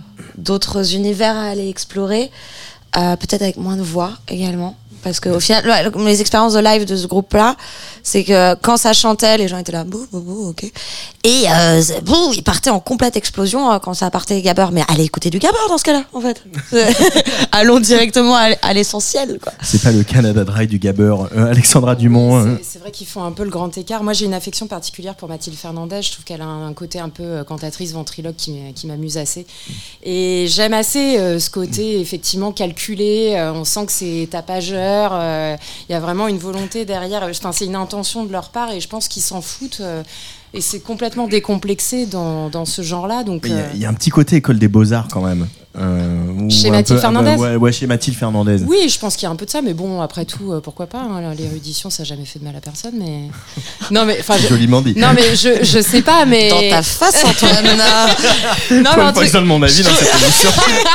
univers à aller explorer, peut-être avec moins de voix également. Parce qu'au final, les expériences de live de ce groupe-là, c'est que quand ça chantait, les gens étaient là, bouh, bouh, bouh, ok. Et ils partaient en complète explosion quand ça partait Gabber. Mais allez écouter du Gabber dans ce cas-là, en fait. Allons directement à l'essentiel, quoi.
C'est pas le Canada Dry du Gabber, Alexandra Dumont.
C'est vrai qu'ils font un peu le grand écart. Moi, j'ai une affection particulière pour Mathilde Fernandez. Je trouve qu'elle a un côté un peu cantatrice, ventriloque qui m'amuse assez. Et j'aime assez ce côté, effectivement, calculé. On sent que c'est tapageur. Il y a vraiment une volonté derrière. Enfin, c'est une intention de leur part, et je pense qu'ils s'en foutent. Et c'est complètement décomplexé dans ce genre-là. Donc,
il y a un petit côté école des beaux-arts quand même.
Chez Mathilde Fernandez.
Ouais, chez Mathilde Fernandez.
Oui, je pense qu'il y a un peu de ça, mais bon, après tout, pourquoi pas, hein, l'érudition, ça n'a jamais fait de mal à personne, mais... Non, mais...
Joliment dit.
Non, mais je sais pas, mais...
Dans ta face, Antoine.
Non, mais pas que je donne mon avis dans cette émission.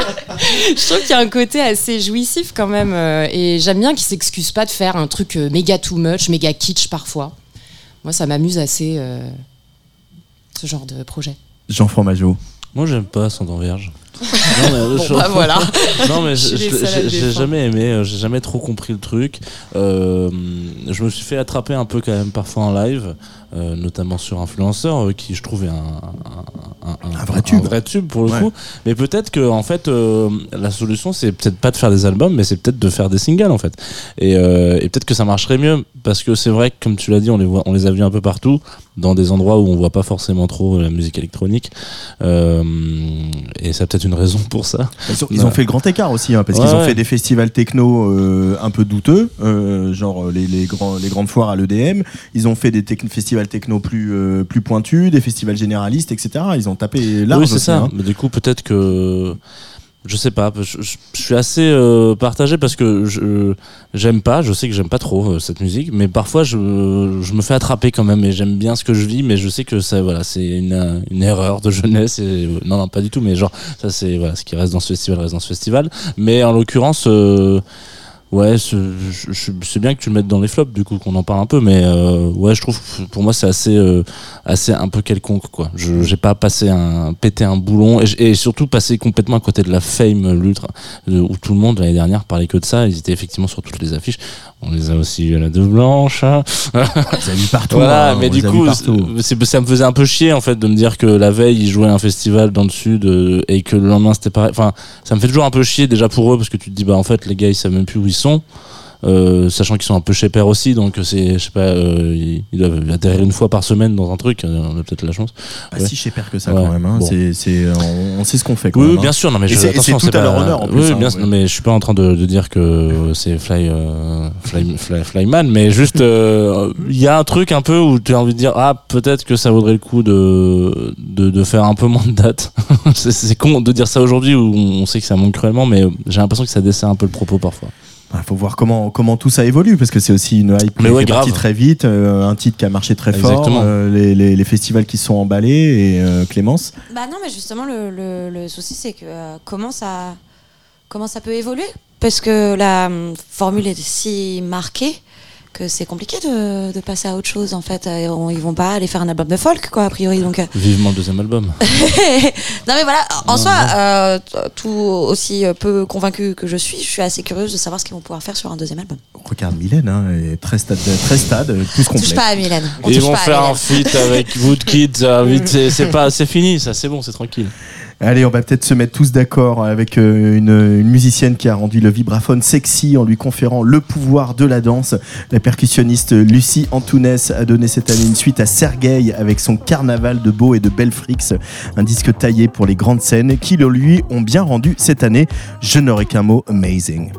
Je trouve qu'il y a un côté assez jouissif quand même, et j'aime bien qu'ils s'excusent pas de faire un truc méga too much, méga kitsch parfois. Moi, ça m'amuse assez, ce genre de projet.
Jean Fromageau.
Moi, j'aime pas Ascendant Vierge.
Voilà.
Non, mais j'ai jamais aimé, j'ai jamais trop compris le truc. Je me suis fait attraper un peu quand même parfois en live, notamment sur Influenceur, qui je trouvais un vrai tube pour le coup. Mais peut-être que en fait, la solution c'est peut-être pas de faire des albums, mais c'est peut-être de faire des singles en fait. Et peut-être que ça marcherait mieux, parce que c'est vrai que comme tu l'as dit, on les a vus un peu partout, dans des endroits où on voit pas forcément trop la musique électronique. Et ça a peut-être une raison pour ça.
Ils ont fait le grand écart aussi, hein, parce qu'ils ont fait des festivals techno un peu douteux, genre les grandes foires à l'EDM. Ils ont fait des festivals techno plus pointus, des festivals généralistes, etc. Ils ont tapé large.
Oui, c'est
aussi,
ça.
hein.
Mais du coup, peut-être que... Je sais pas, je suis assez partagé, parce que je sais que j'aime pas trop cette musique, mais parfois je me fais attraper quand même, et j'aime bien ce que je vis, mais je sais que ça, voilà, c'est une erreur de jeunesse, et non pas du tout, mais genre ça c'est voilà, ce qui reste dans ce festival, mais en l'occurrence ouais, je sais bien que tu le mettes dans les flops, du coup, qu'on en parle un peu, mais ouais, je trouve, pour moi, c'est assez un peu quelconque, quoi. J'ai pas pété un boulon, et surtout passé complètement à côté de la fame, l'ultra, où tout le monde, l'année dernière, parlait que de ça. Ils étaient effectivement sur toutes les affiches. On les a aussi eu à la Deux Blanche. Hein.
On les a vus partout.
Voilà,
hein,
mais du coup, ça me faisait un peu chier, en fait, de me dire que la veille, ils jouaient un festival dans le sud, et que le lendemain, c'était pareil. Enfin, ça me fait toujours un peu chier, déjà pour eux, parce que tu te dis, bah, en fait, les gars, ils savent même plus où ils sont. Sachant qu'ils sont un peu chez père aussi, donc c'est, je sais pas, ils doivent atterrir une fois par semaine dans un truc, on a peut-être la chance.
Pas si chez père que ça quand même, hein. Bon. On sait ce qu'on fait quand
oui,
même,
bien sûr, non mais
c'est tout à leur honneur en plus.
Oui, bien sûr, mais je suis pas en train de dire que c'est Flyman, mais juste il y a un truc un peu où tu as envie de dire peut-être que ça vaudrait le coup de faire un peu moins de dates. c'est con de dire ça aujourd'hui où on sait que ça manque cruellement, mais j'ai l'impression que ça dessert un peu le propos parfois.
Il faut voir comment tout ça évolue, parce que c'est aussi une hype qui est partie très vite, un titre qui a marché très fort, les festivals qui sont emballés, et Clémence.
Bah non, mais justement le souci c'est que comment ça peut évoluer, parce que la formule est si marquée que c'est compliqué de passer à autre chose en fait. Ils vont pas aller faire un album de folk, quoi, a priori, donc
vivement le deuxième album.
Non mais voilà, en soi, tout aussi peu convaincu que je suis assez curieuse de savoir ce qu'ils vont pouvoir faire sur un deuxième album.
Regarde Mylène, hein, est très stade, tout ce qu'on
touche pas à Mylène.
Ils vont faire un feat avec Woodkid, c'est fini, ça, c'est bon, c'est tranquille.
Allez, on va peut-être se mettre tous d'accord avec une musicienne qui a rendu le vibraphone sexy en lui conférant le pouvoir de la danse. La percussionniste Lucie Antunes a donné cette année une suite à Sergueï avec son Carnaval de beaux et de belles fricks, un disque taillé pour les grandes scènes qui lui ont bien rendu cette année. Je n'aurai qu'un mot, amazing.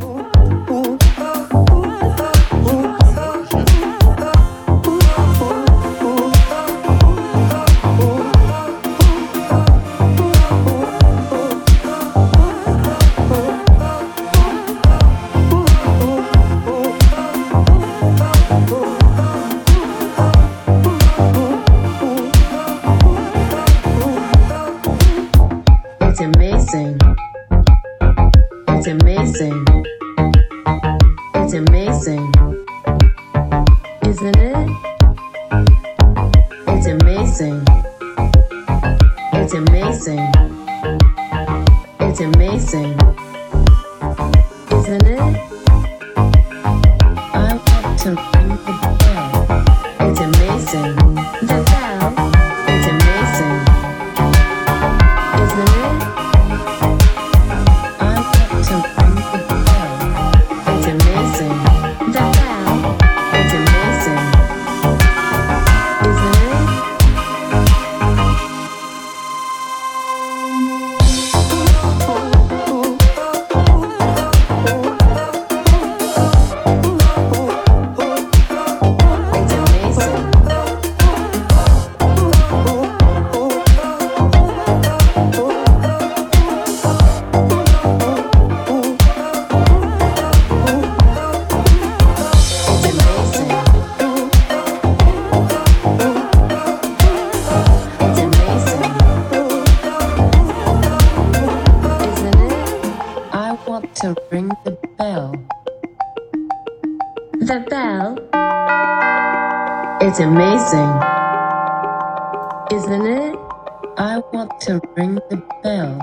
It's amazing, isn't it? I want to ring the bell.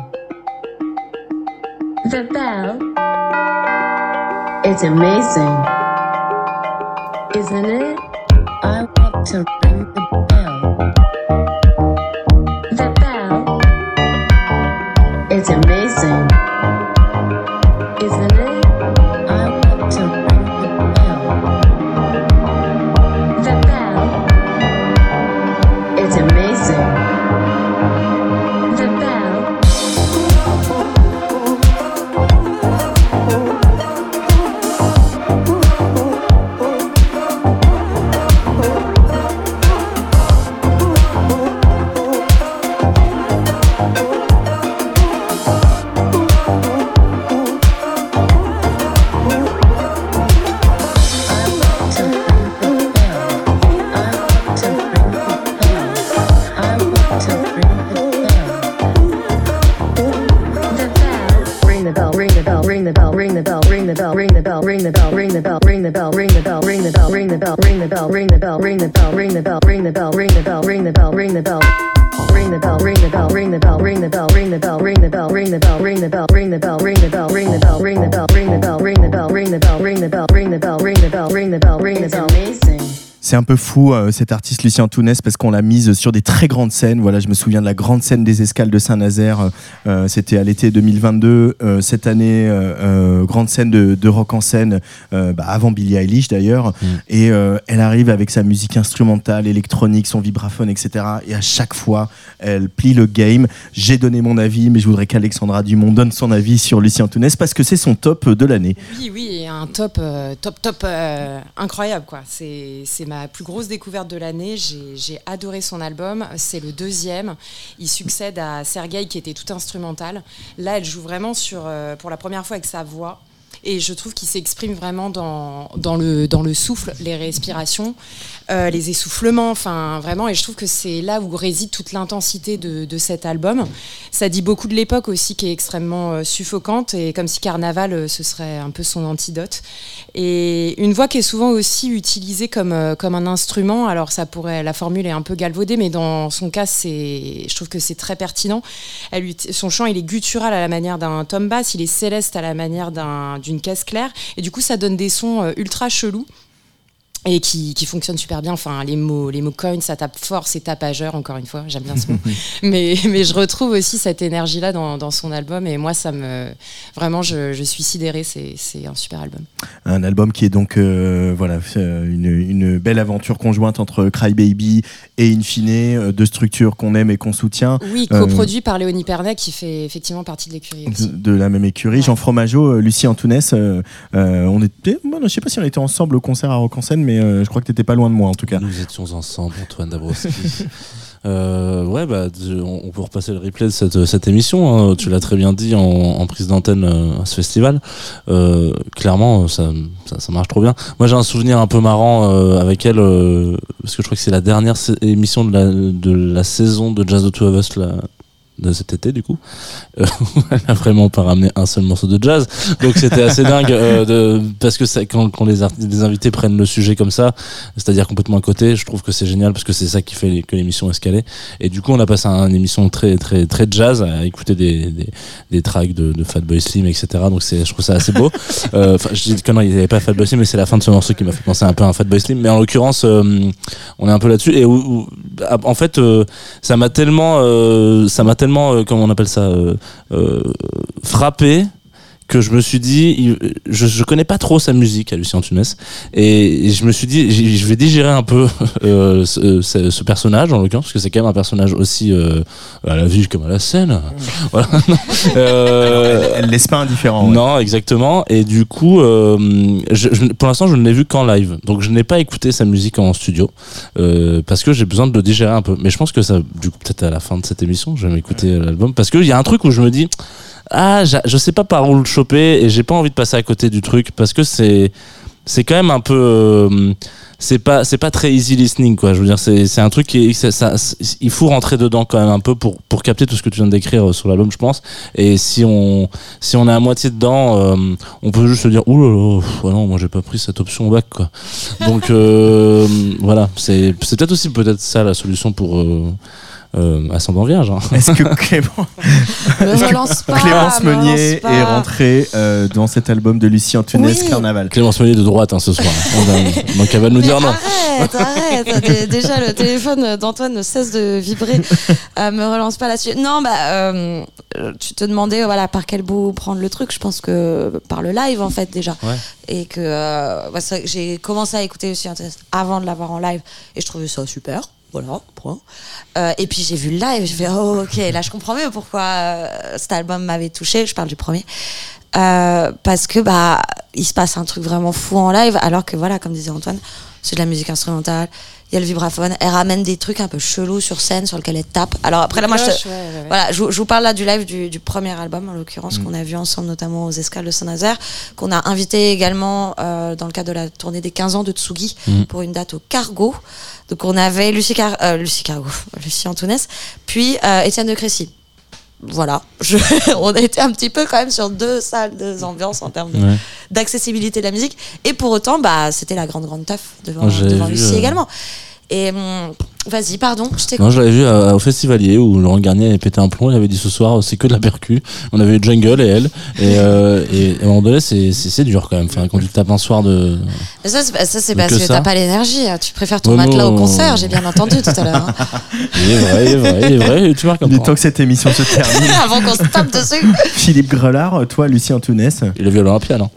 The bell. It's amazing, isn't it? I want to ring the bell. The bell. It's amazing, isn't it? I want to ring the bell. The bell. It's amazing. The bell.
C'est un peu fou cet artiste Lucie Antunes parce qu'on l'a mise sur des très grandes scènes. Voilà, je me souviens de la grande scène des Escales de Saint-Nazaire, c'était à l'été 2022. Cette année, grande scène de rock en scène, avant Billie Eilish d'ailleurs. Et elle arrive avec sa musique instrumentale, électronique, son vibraphone, etc. Et à chaque fois, elle plie le game. J'ai donné mon avis, mais je voudrais qu'Alexandra Dumont donne son avis sur Lucie Antunes parce que c'est son top de l'année.
Oui, et un top incroyable, quoi. C'est ma plus grosse découverte de l'année. J'ai adoré son album. C'est le deuxième. Il succède à Sergueï qui était tout instrumental. Là, elle joue vraiment pour la première fois avec sa voix. Et je trouve qu'il s'exprime vraiment dans le souffle, les respirations, les essoufflements, enfin vraiment. Et je trouve que c'est là où réside toute l'intensité de cet album. Ça dit beaucoup de l'époque aussi, qui est extrêmement suffocante, et comme si Carnaval ce serait un peu son antidote. Et une voix qui est souvent aussi utilisée comme un instrument. Alors la formule est un peu galvaudée, mais dans son cas, je trouve que c'est très pertinent. Son chant, il est guttural à la manière d'un tom bass, il est céleste à la manière d'une caisse claire, et du coup ça donne des sons ultra chelous. et qui fonctionne super bien. Enfin, les mots coins, ça tape fort, c'est tapageur, encore une fois, j'aime bien ce mot. mais je retrouve aussi cette énergie-là dans son album, et moi, vraiment, je suis sidérée, c'est un super album.
Un album qui est donc une belle aventure conjointe entre Crybaby et In Fine, deux structures qu'on aime et qu'on soutient.
Oui, coproduit par Léonie Pernet, qui fait effectivement partie de l'écurie aussi.
De la même écurie. Ouais. Jean Fromageau, Lucie Antounès, on était, je sais pas si on était ensemble au concert à Rock en Seine, mais je crois que t'étais pas loin de moi en tout cas.
Nous étions ensemble, Antoine Dabrowski. On peut repasser le replay de cette émission, hein. Tu l'as très bien dit en prise d'antenne à ce festival. Clairement, ça marche trop bien. Moi, j'ai un souvenir un peu marrant avec elle, parce que je crois que c'est la dernière émission de la saison de Jazz the Two of Us de cet été, du coup. Elle a vraiment pas ramené un seul morceau de jazz, donc c'était assez dingue parce que quand les invités prennent le sujet comme ça, c'est-à-dire complètement à côté, je trouve que c'est génial parce que c'est ça qui fait que l'émission escalait. Et du coup, on a passé une émission très très très jazz, à écouter des tracks de Fatboy Slim, etc. Donc je trouve ça assez beau. Je dis que non, il n'y avait pas Fatboy Slim, mais c'est la fin de ce morceau qui m'a fait penser un peu à un Fatboy Slim. Mais en l'occurrence, on est un peu là-dessus, et en fait, ça m'a tellement comment on appelle ça, frappé, que je me suis dit, je connais pas trop sa musique à Lucie Antounès, et je me suis dit, je vais digérer un peu ce personnage, en l'occurrence, parce que c'est quand même un personnage aussi à la vue comme à la scène. Voilà.
Elle laisse pas indifférent. Ouais.
Non, exactement. Et du coup, pour l'instant, je ne l'ai vu qu'en live, donc je n'ai pas écouté sa musique en studio, parce que j'ai besoin de le digérer un peu. Mais je pense que ça, du coup, peut-être à la fin de cette émission, je vais m'écouter l'album, parce qu'il y a un truc où je me dis, je sais pas par où le choper, et j'ai pas envie de passer à côté du truc, parce que c'est quand même un peu c'est pas très easy listening, quoi. Je veux dire, c'est un truc il faut rentrer dedans quand même un peu pour capter tout ce que tu viens de décrire sur l'album, je pense. Et si on est à moitié dedans, on peut juste se dire ouh là là, non, moi j'ai pas pris cette option au bac, quoi. Donc voilà, c'est peut-être aussi ça la solution pour ascendant vierge, hein.
Est-ce que Clémence Meunier est rentrée dans cet album de Lucie Antounès, oui. Carnaval?
Clémence Meunier de droite, hein, ce soir. Donc elle va nous dire non.
Arrête. Déjà le téléphone d'Antoine ne cesse de vibrer. Me relance pas là-dessus. Non, tu te demandais par quel bout prendre le truc. Je pense que par le live, en fait, déjà. Ouais. Et que j'ai commencé à écouter Lucie Antounès avant de l'avoir en live, et je trouvais ça super. Voilà, point. Et puis j'ai vu le live, j'ai fait ok, là je comprends mieux pourquoi cet album m'avait touché. Je parle du premier, parce que il se passe un truc vraiment fou en live, alors que voilà, comme disait Antoine, c'est de la musique instrumentale. Il y a le vibraphone, elle ramène des trucs un peu chelous sur scène sur lesquels elle tape. Alors après là, moi je vous parle là du live du premier album, en l'occurrence, qu'on a vu ensemble, notamment aux Escales de Saint-Nazaire, qu'on a invité également dans le cadre de la tournée des 15 ans de Tsugi, pour une date au Cargo. Donc on avait Lucie Antounès, puis Étienne de Crécy. Voilà, on a été un petit peu quand même sur deux salles, deux ambiances en termes d'accessibilité de la musique, et pour autant c'était la grande teuf devant Lucie également. Et vas-y, pardon, je t'écoute.
Non, je l'avais vu au Festivalier où Laurent Garnier avait pété un plomb. Il avait dit ce soir c'est que de la percu. On avait eu Jungle et elle, et à un moment donné c'est dur quand même. Enfin, quand tu tapes un soir de.
Mais ça c'est parce que t'as pas l'énergie. Tu préfères ton matelas au concert. J'ai bien entendu tout à l'heure. Hein.
Il est vrai. Tu marques un
peu. Il est temps que cette émission se termine.
Avant qu'on se tape dessus.
Philippe Grelard, toi, Lucie Antounès.
Il a vu à l'Olympia, non?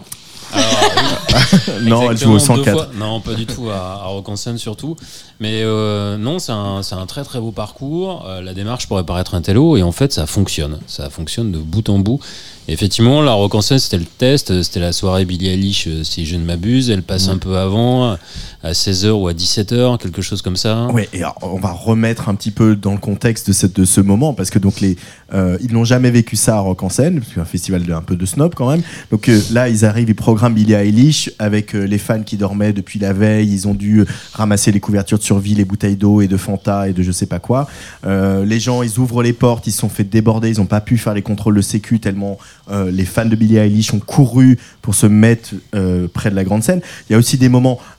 Non, elle joue au 104.
Non, pas du tout, à Rock en Seine surtout. Mais non, c'est un très très beau parcours. La démarche pourrait paraître un télo, et en fait ça fonctionne. Ça fonctionne de bout en bout. Et effectivement, la Rock en Seine, c'était le test. C'était la soirée Billie Eilish, si je ne m'abuse. Elle passe un peu avant, à 16h ou à 17h, quelque chose comme ça.
Oui, et alors, on va remettre un petit peu dans le contexte de ce moment, parce que donc ils n'ont jamais vécu ça à Rock en Seine, parce que c'est un festival un peu de snob quand même. Donc là, ils arrivent, ils programment Billie Eilish avec les fans qui dormaient depuis la veille. Ils ont dû ramasser les couvertures de survie, les bouteilles d'eau et de Fanta et de je sais pas quoi. Les gens, ils ouvrent les portes, ils se sont fait déborder, ils n'ont pas pu faire les contrôles de sécu tellement les fans de Billie Eilish ont couru pour se mettre près de la grande scène. Il y a aussi des moments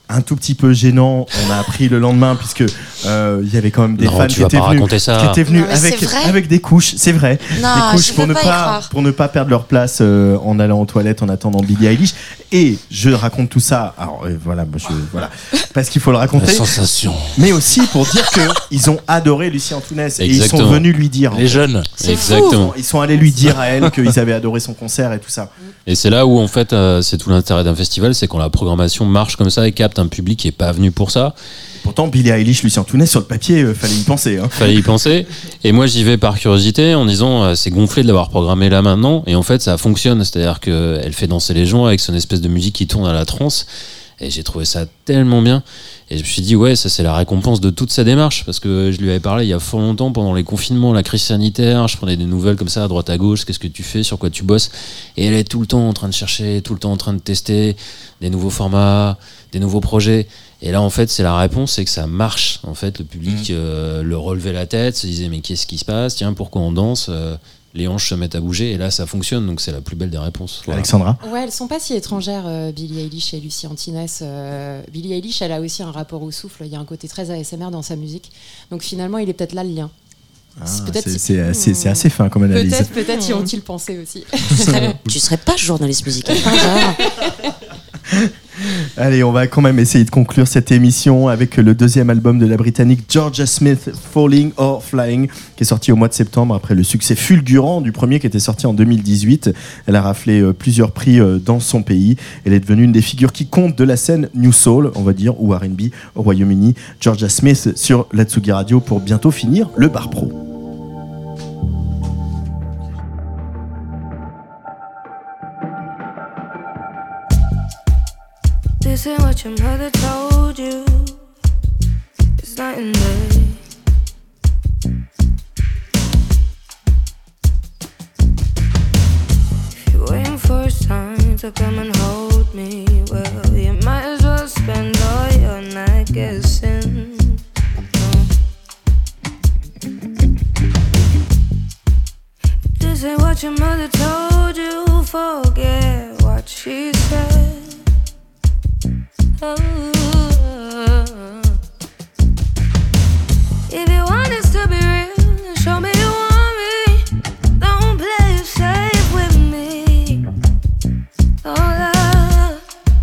un tout petit peu gênant. On a appris le lendemain puisque il y avait quand même des fans qui étaient venus avec des couches, c'est vrai, des couches pour ne pas perdre leur place en allant aux toilettes en attendant Billie Eilish. Et je raconte tout ça. Alors voilà, parce qu'il faut le raconter.
La sensation.
Mais aussi pour dire que ils ont adoré Lucie Antounès et ils sont venus lui dire.
Les jeunes.
Exactement.
Ils sont allés lui dire à elle qu'ils avaient adoré son concert et tout ça.
Et c'est là où en fait c'est tout l'intérêt d'un festival, c'est quand la programmation marche comme ça et capte un public qui est pas venu pour ça.
Pourtant, Billie Eilish, Lucie Antounès, sur le papier, fallait y penser.
Fallait y penser. Et moi, j'y vais par curiosité en disant c'est gonflé de l'avoir programmé là maintenant. Et en fait, ça fonctionne. C'est-à-dire qu'elle fait danser les gens avec son espèce de musique qui tourne à la transe. Et j'ai trouvé ça tellement bien. Et je me suis dit, ouais, ça c'est la récompense de toute sa démarche. Parce que je lui avais parlé il y a fort longtemps, pendant les confinements, la crise sanitaire. Je prenais des nouvelles comme ça, à droite à gauche. Qu'est-ce que tu fais? Sur quoi tu bosses? Et elle est tout le temps en train de chercher, tout le temps en train de tester des nouveaux formats, des nouveaux projets. Et là, en fait, c'est la réponse, c'est que ça marche. En fait, le public le relevait la tête, se disait, mais qu'est-ce qui se passe? Tiens, pourquoi on danse? Les hanches se mettent à bouger, et là, ça fonctionne. Donc, c'est la plus belle des réponses.
Voilà. Alexandra?
Ouais, elles sont pas si étrangères, Billie Eilish et Lucie Antounès. Billie Eilish, elle a aussi un rapport au souffle. Il y a un côté très ASMR dans sa musique. Donc, finalement, il est peut-être là le lien.
C'est assez fin comme analyse.
Peut-être y ont-ils pensé aussi.
Tu serais pas journaliste musical.
Allez, on va quand même essayer de conclure cette émission avec le deuxième album de la Britannique Georgia Smith, Falling or Flying, qui est sorti au mois de septembre après le succès fulgurant du premier qui était sorti en 2018. Elle a raflé plusieurs prix dans son pays. Elle est devenue une des figures qui comptent de la scène New Soul, on va dire, ou R&B au Royaume-Uni. Georgia Smith sur la Tsugi Radio pour bientôt finir le bar pro.
This ain't what your mother told you. It's night and day. If you're waiting for a sign to come and hold me, well, you might as well spend all your night guessing. This ain't what your mother told you. Forget what she said. If you want this to be real, show me you want me. Don't play it safe with me. Oh, love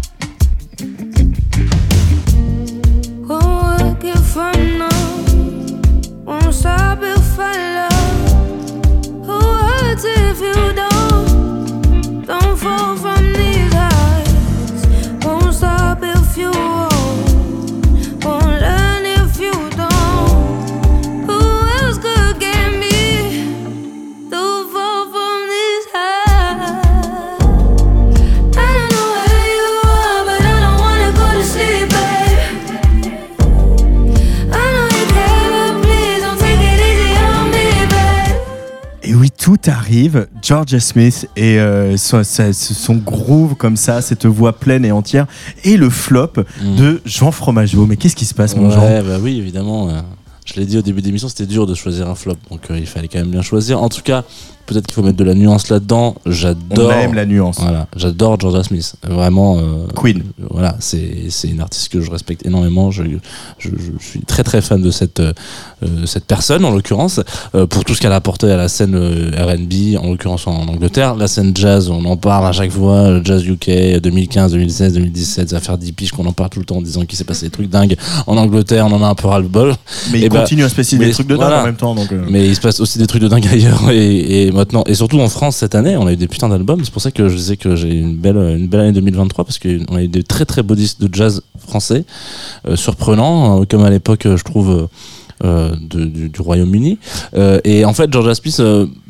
won't work if I know. Won't stop if I love. Who hurts if you don't? Don't fall from these heights. Won't stop if you won't learn if you don't. Who else could get me to fall from these heights? I don't know where you are, but I don't wanna go to sleep, babe. I know you care, but please don't take it easy on me, babe.
Et oui, tout arrive. Georgia Smith et son groove comme ça, cette voix pleine et entière, et le flop de Jean Fromageau. Mais qu'est-ce qui se passe, mon Jean?
Bah oui, évidemment. Je l'ai dit au début d'émission, c'était dur de choisir un flop, donc il fallait quand même bien choisir. En tout cas, peut-être qu'il faut mettre de la nuance là-dedans. J'adore.
On aime la nuance.
Voilà, j'adore Georgia Smith. Vraiment.
Queen.
Voilà, c'est une artiste que je respecte énormément. Je suis très très fan de cette personne en l'occurrence, pour tout ce qu'elle a apporté à la scène R&B, en l'occurrence en Angleterre. La scène jazz, on en parle à chaque fois. Le jazz UK 2015, 2016, 2017, ça va faire 10 piges qu'on en parle tout le temps en disant qu'il s'est passé des trucs dingues en Angleterre. On en a un peu ras-le-bol.
Mais il continue à se passer des trucs de dingue en même temps. Donc
Mais il se passe aussi des trucs de dingue ailleurs et maintenant, et surtout en France cette année, on a eu des putains d'albums. C'est pour ça que je disais que j'ai une belle année 2023, parce qu'on a eu des très très beaux disques de jazz français, surprenants, comme à l'époque, je trouve, du Royaume-Uni. Et en fait, Georgia Smith,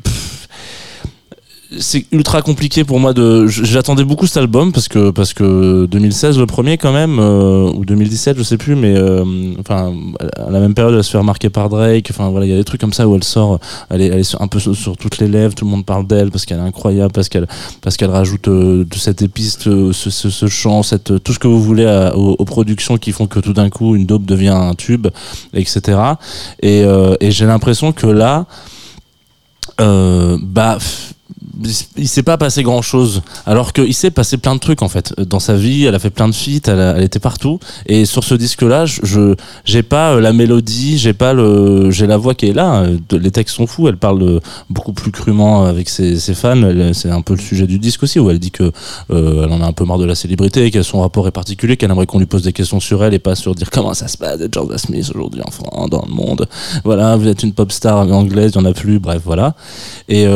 c'est ultra compliqué pour moi j'attendais beaucoup cet album parce que 2016 le premier quand même, ou 2017 je sais plus, mais enfin à la même période elle se fait remarquer par Drake. Enfin voilà, il y a des trucs comme ça où elle sort, elle est un peu sur toutes les lèvres, tout le monde parle d'elle parce qu'elle est incroyable, parce qu'elle rajoute de cette épice, ce chant, tout ce que vous voulez aux productions qui font que tout d'un coup une dope devient un tube, etc. Et j'ai l'impression que là il s'est pas passé grand chose, alors qu'il s'est passé plein de trucs en fait dans sa vie. Elle a fait plein de feats, elle était partout. Et sur ce disque-là, j'ai pas la mélodie, j'ai la voix qui est là. Les textes sont fous. Elle parle beaucoup plus crûment avec ses fans. C'est un peu le sujet du disque aussi, où elle dit que elle en a un peu marre de la célébrité, que son rapport est particulier, qu'elle aimerait qu'on lui pose des questions sur elle et pas sur dire comment ça se passe de Jorja Smith aujourd'hui en France, dans le monde. Voilà, vous êtes une pop star anglaise, il y en a plus. Bref, voilà. Et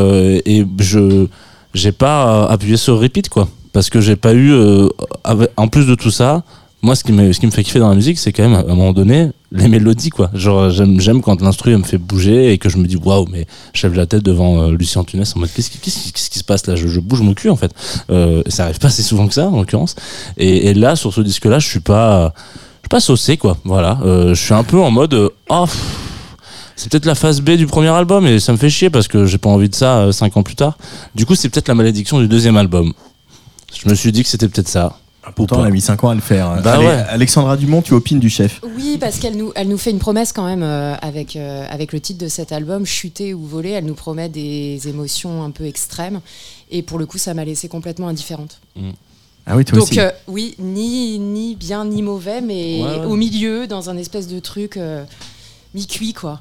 j'ai pas appuyé sur repeat quoi, parce que j'ai pas eu en plus de tout ça, moi ce qui me fait kiffer dans la musique, c'est quand même à un moment donné les mélodies quoi. Genre j'aime quand l'instru me fait bouger et que je me dis waouh, mais je lève la tête devant Lucien Antunes en mode qu'est-ce qui se passe là, je bouge mon cul en fait. Ça arrive pas assez souvent que ça en l'occurrence, et là sur ce disque là je suis pas saucé quoi. Voilà, je suis un peu en mode c'est peut-être la phase B du premier album et ça me fait chier parce que j'ai pas envie de ça 5 ans plus tard. Du coup, c'est peut-être la malédiction du deuxième album. Je me suis dit que c'était peut-être ça.
Pourtant, on a mis 5 ans à le faire.
Bah
Allez,
ouais.
Alexandra Dumont, tu opines du chef?
Oui, parce qu'elle nous fait une promesse quand même avec le titre de cet album, Chuter ou voler. Elle nous promet des émotions un peu extrêmes. Et pour le coup, ça m'a laissée complètement indifférente.
Ah oui, toi
Donc,
aussi.
oui, ni bien ni mauvais, mais
Ouais.
au milieu, dans un espèce de truc mi-cuit, quoi.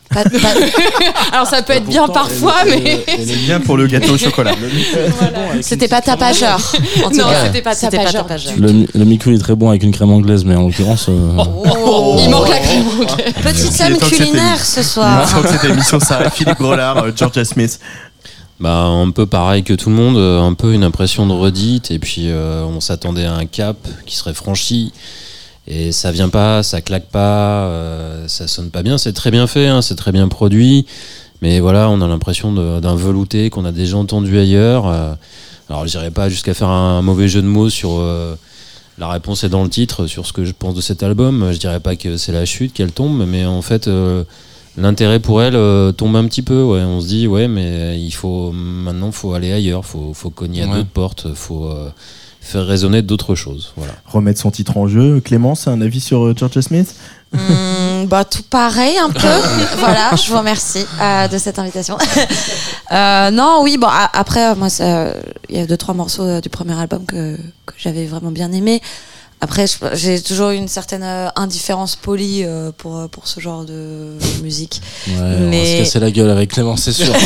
Alors ça peut être bien parfois, mais
Elle est bien pour le gâteau au chocolat.
C'était pas tapageur. En tout
non,
cas.
c'était pas
C'était pas
tapageur.
tapageur.
Le Miku est très bon avec une crème anglaise, mais en l'occurrence.
Il manque la crème anglaise.
Petite
Il
somme
est temps que
culinaire ce soir.
Maintenant que cette émission s'arrête, Philippe Grelard, Jorja Smith.
Bah, un peu pareil que tout le monde, un peu une impression de redite, et puis on s'attendait à un cap qui serait franchi. Et ça vient pas, ça claque pas, ça sonne pas bien. C'est très bien fait, hein, c'est très bien produit, mais voilà, on a l'impression d'un velouté qu'on a déjà entendu ailleurs. Alors, je dirais pas jusqu'à faire un mauvais jeu de mots sur la réponse est dans le titre, sur ce que je pense de cet album. Je dirais pas que c'est la chute qu'elle tombe, mais en fait, l'intérêt pour elle tombe un petit peu. Ouais, on se dit ouais, mais maintenant faut aller ailleurs, faut cogner à d'autres portes, faut faire résonner d'autres choses. Voilà.
Remettre son titre en jeu. Clémence, un avis sur Jorja Smith?
Tout pareil un peu. Voilà, je vous remercie de cette invitation. Non, oui, bon, après, moi, il y a 2-3 morceaux du premier album que j'avais vraiment bien aimé. Après, j'ai toujours eu une certaine indifférence polie pour ce genre de musique.
Ouais, on va se casser la gueule avec Clément, c'est sûr.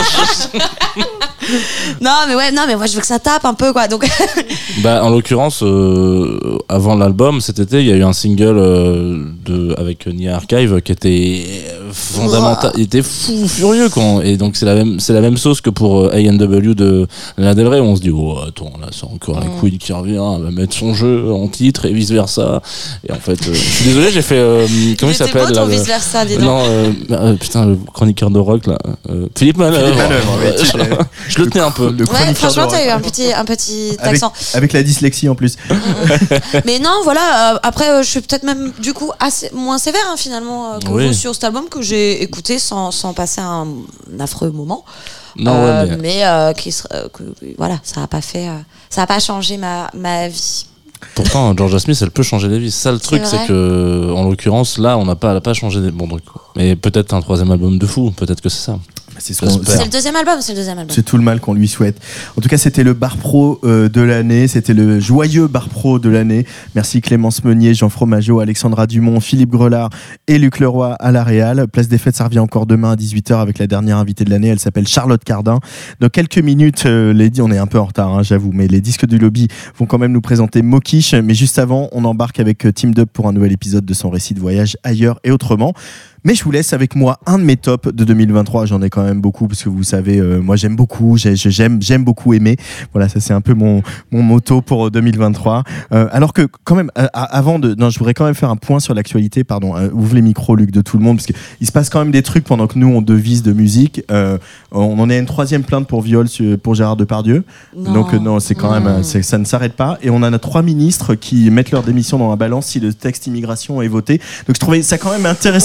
non, mais moi, je veux que ça tape un peu, quoi. Donc.
Bah, en l'occurrence, avant l'album, cet été, il y a eu un single avec Nia Archive qui était fondamental. Il était fou furieux, quoi. Et donc, c'est la même sauce que pour A&W de Lana Del Rey, où on se dit, oh, attends, là, c'est encore un Queen qui revient, elle va mettre son jeu en titre et vice versa. Et en fait, je suis désolé, j'ai fait, comment il s'appelle là,
vice versa, dis donc.
Non, putain, le chroniqueur de rock, là, Philippe Manœuvre. Je le tenais un peu.
Ouais, franchement, t'as eu un petit accent.
Avec la dyslexie en plus.
Mais non, voilà. Après, je suis peut-être même du coup moins sévère finalement que vous sur cet album que j'ai écouté sans passer un affreux moment.
Non,
mais voilà, ça a pas changé ma vie.
Pourtant, Jorja Smith, elle peut changer des vies. Ça, le truc, c'est que, en l'occurrence, là, elle n'a pas changé des bons trucs. Mais peut-être un troisième album de fou. Peut-être que c'est ça.
C'est le deuxième album.
C'est tout le mal qu'on lui souhaite. En tout cas, c'était le bar pro de l'année. C'était le joyeux bar pro de l'année. Merci Clémence Meunier, Jean Fromageau, Alexandra Dumont, Philippe Grelard et Luc Leroy à la Réal. Place des Fêtes, ça revient encore demain à 18h avec la dernière invitée de l'année. Elle s'appelle Charlotte Cardin. Dans quelques minutes, on est un peu en retard, hein, j'avoue, mais les disques du lobby vont quand même nous présenter Mokish. Mais juste avant, on embarque avec Team Dub pour un nouvel épisode de son récit de voyage ailleurs et autrement. Mais je vous laisse avec moi un de mes tops de 2023. J'en ai quand même beaucoup parce que vous savez, moi j'aime beaucoup, j'aime beaucoup aimer. Voilà, ça c'est un peu mon motto pour 2023. Alors que quand même, je voudrais quand même faire un point sur l'actualité. Pardon, ouvre les micros, Luc, de tout le monde, parce que il se passe quand même des trucs pendant que nous on devise de musique. On en est à une 3e plainte pour viol pour Gérard Depardieu. Non. Donc non, c'est quand même, ça ne s'arrête pas. Et on en a 3 ministres qui mettent leur démission dans la balance si le texte immigration est voté. Donc je trouvais ça quand même intéressant de partager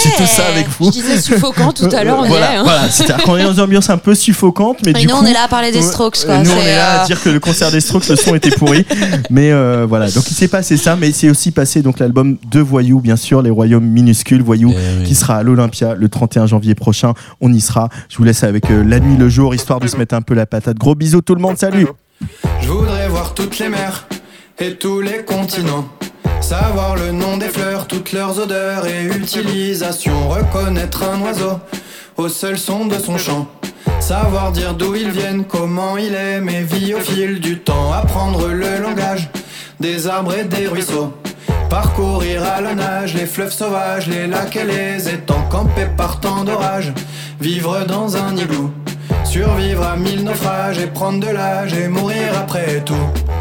c'est tout ça avec vous.
Je disais suffocant tout à l'heure, on
voilà,
y est. Hein.
Voilà, c'est-à-dire qu'on est dans une ambiance un peu suffocante, mais du
nous,
coup,
on est là à parler des Strokes, quoi.
Nous, on est là à dire que le concert des Strokes, le son était pourri. Mais voilà, donc il s'est passé ça, mais il s'est aussi passé donc l'album de Voyou, bien sûr, Les Royaumes Minuscules, Voyou, qui sera à l'Olympia le 31 janvier prochain. On y sera. Je vous laisse avec La Nuit, le Jour, histoire de se mettre un peu la patate. Gros bisous tout le monde, salut.
Je voudrais voir toutes les mers et tous les continents. Savoir le nom des fleurs, toutes leurs odeurs et utilisations. Reconnaître un oiseau au seul son de son chant. Savoir dire d'où ils viennent, comment il est, mais vit au fil du temps. Apprendre le langage des arbres et des ruisseaux. Parcourir à la nage les fleuves sauvages, les lacs et les étangs. Camper par temps d'orage, vivre dans un igloo. Survivre à 1000 naufrages et prendre de l'âge et mourir après tout.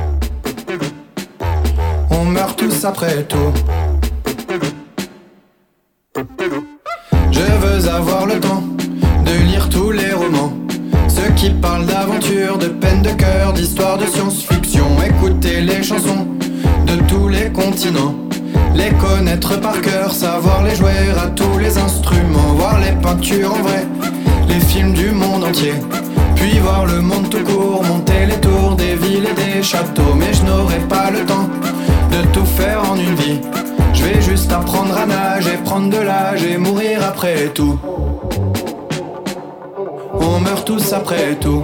On meurt tous après tout. Je veux avoir le temps de lire tous les romans, ceux qui parlent d'aventure, de peine de cœur, d'histoire de science-fiction. Écouter les chansons de tous les continents, les connaître par cœur, savoir les jouer à tous les instruments. Voir les peintures en vrai, les films du monde entier, puis voir le monde tout court, monter les tours des villes et des châteaux. Mais je n'aurai pas le temps de tout faire en une vie. Je vais juste apprendre à nager, prendre de l'âge et mourir après tout. On meurt tous après tout.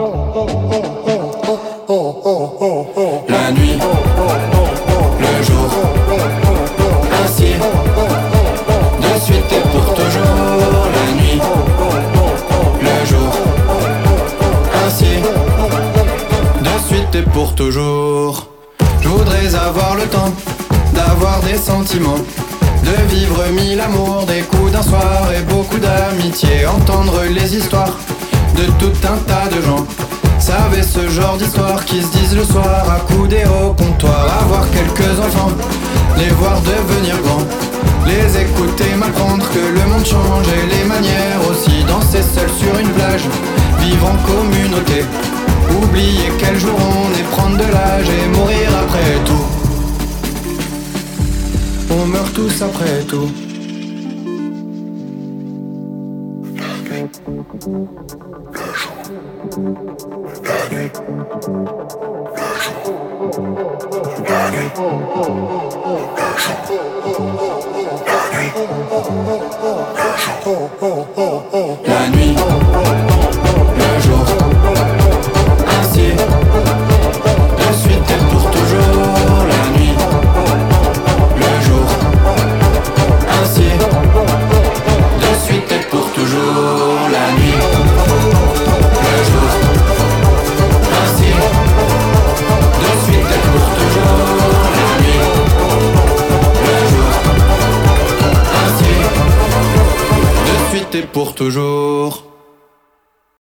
La nuit, le jour, ainsi, de suite et pour toujours. La nuit, le jour, ainsi, de suite et pour toujours. Je voudrais avoir le temps d'avoir des sentiments, de vivre 1000 amours, des coups d'un soir et beaucoup d'amitié. Entendre les histoires de tout un tas de gens. Savez ce genre d'histoires qui se disent le soir, accoudés au comptoir. Avoir quelques enfants, les voir devenir grands, les écouter m'apprendre que le monde change et les manières aussi. Danser seul sur une plage, vivre en communauté, oublier quel jour on est, prendre de l'âge et mourir après tout. On meurt tous après tout. La nuit, le jour, ainsi, de suite et pour toujours. La nuit, le jour, ainsi, de suite et pour toujours. La nuit, le jour, ainsi, de suite et pour toujours. La nuit, le jour, ainsi, de suite et pour toujours.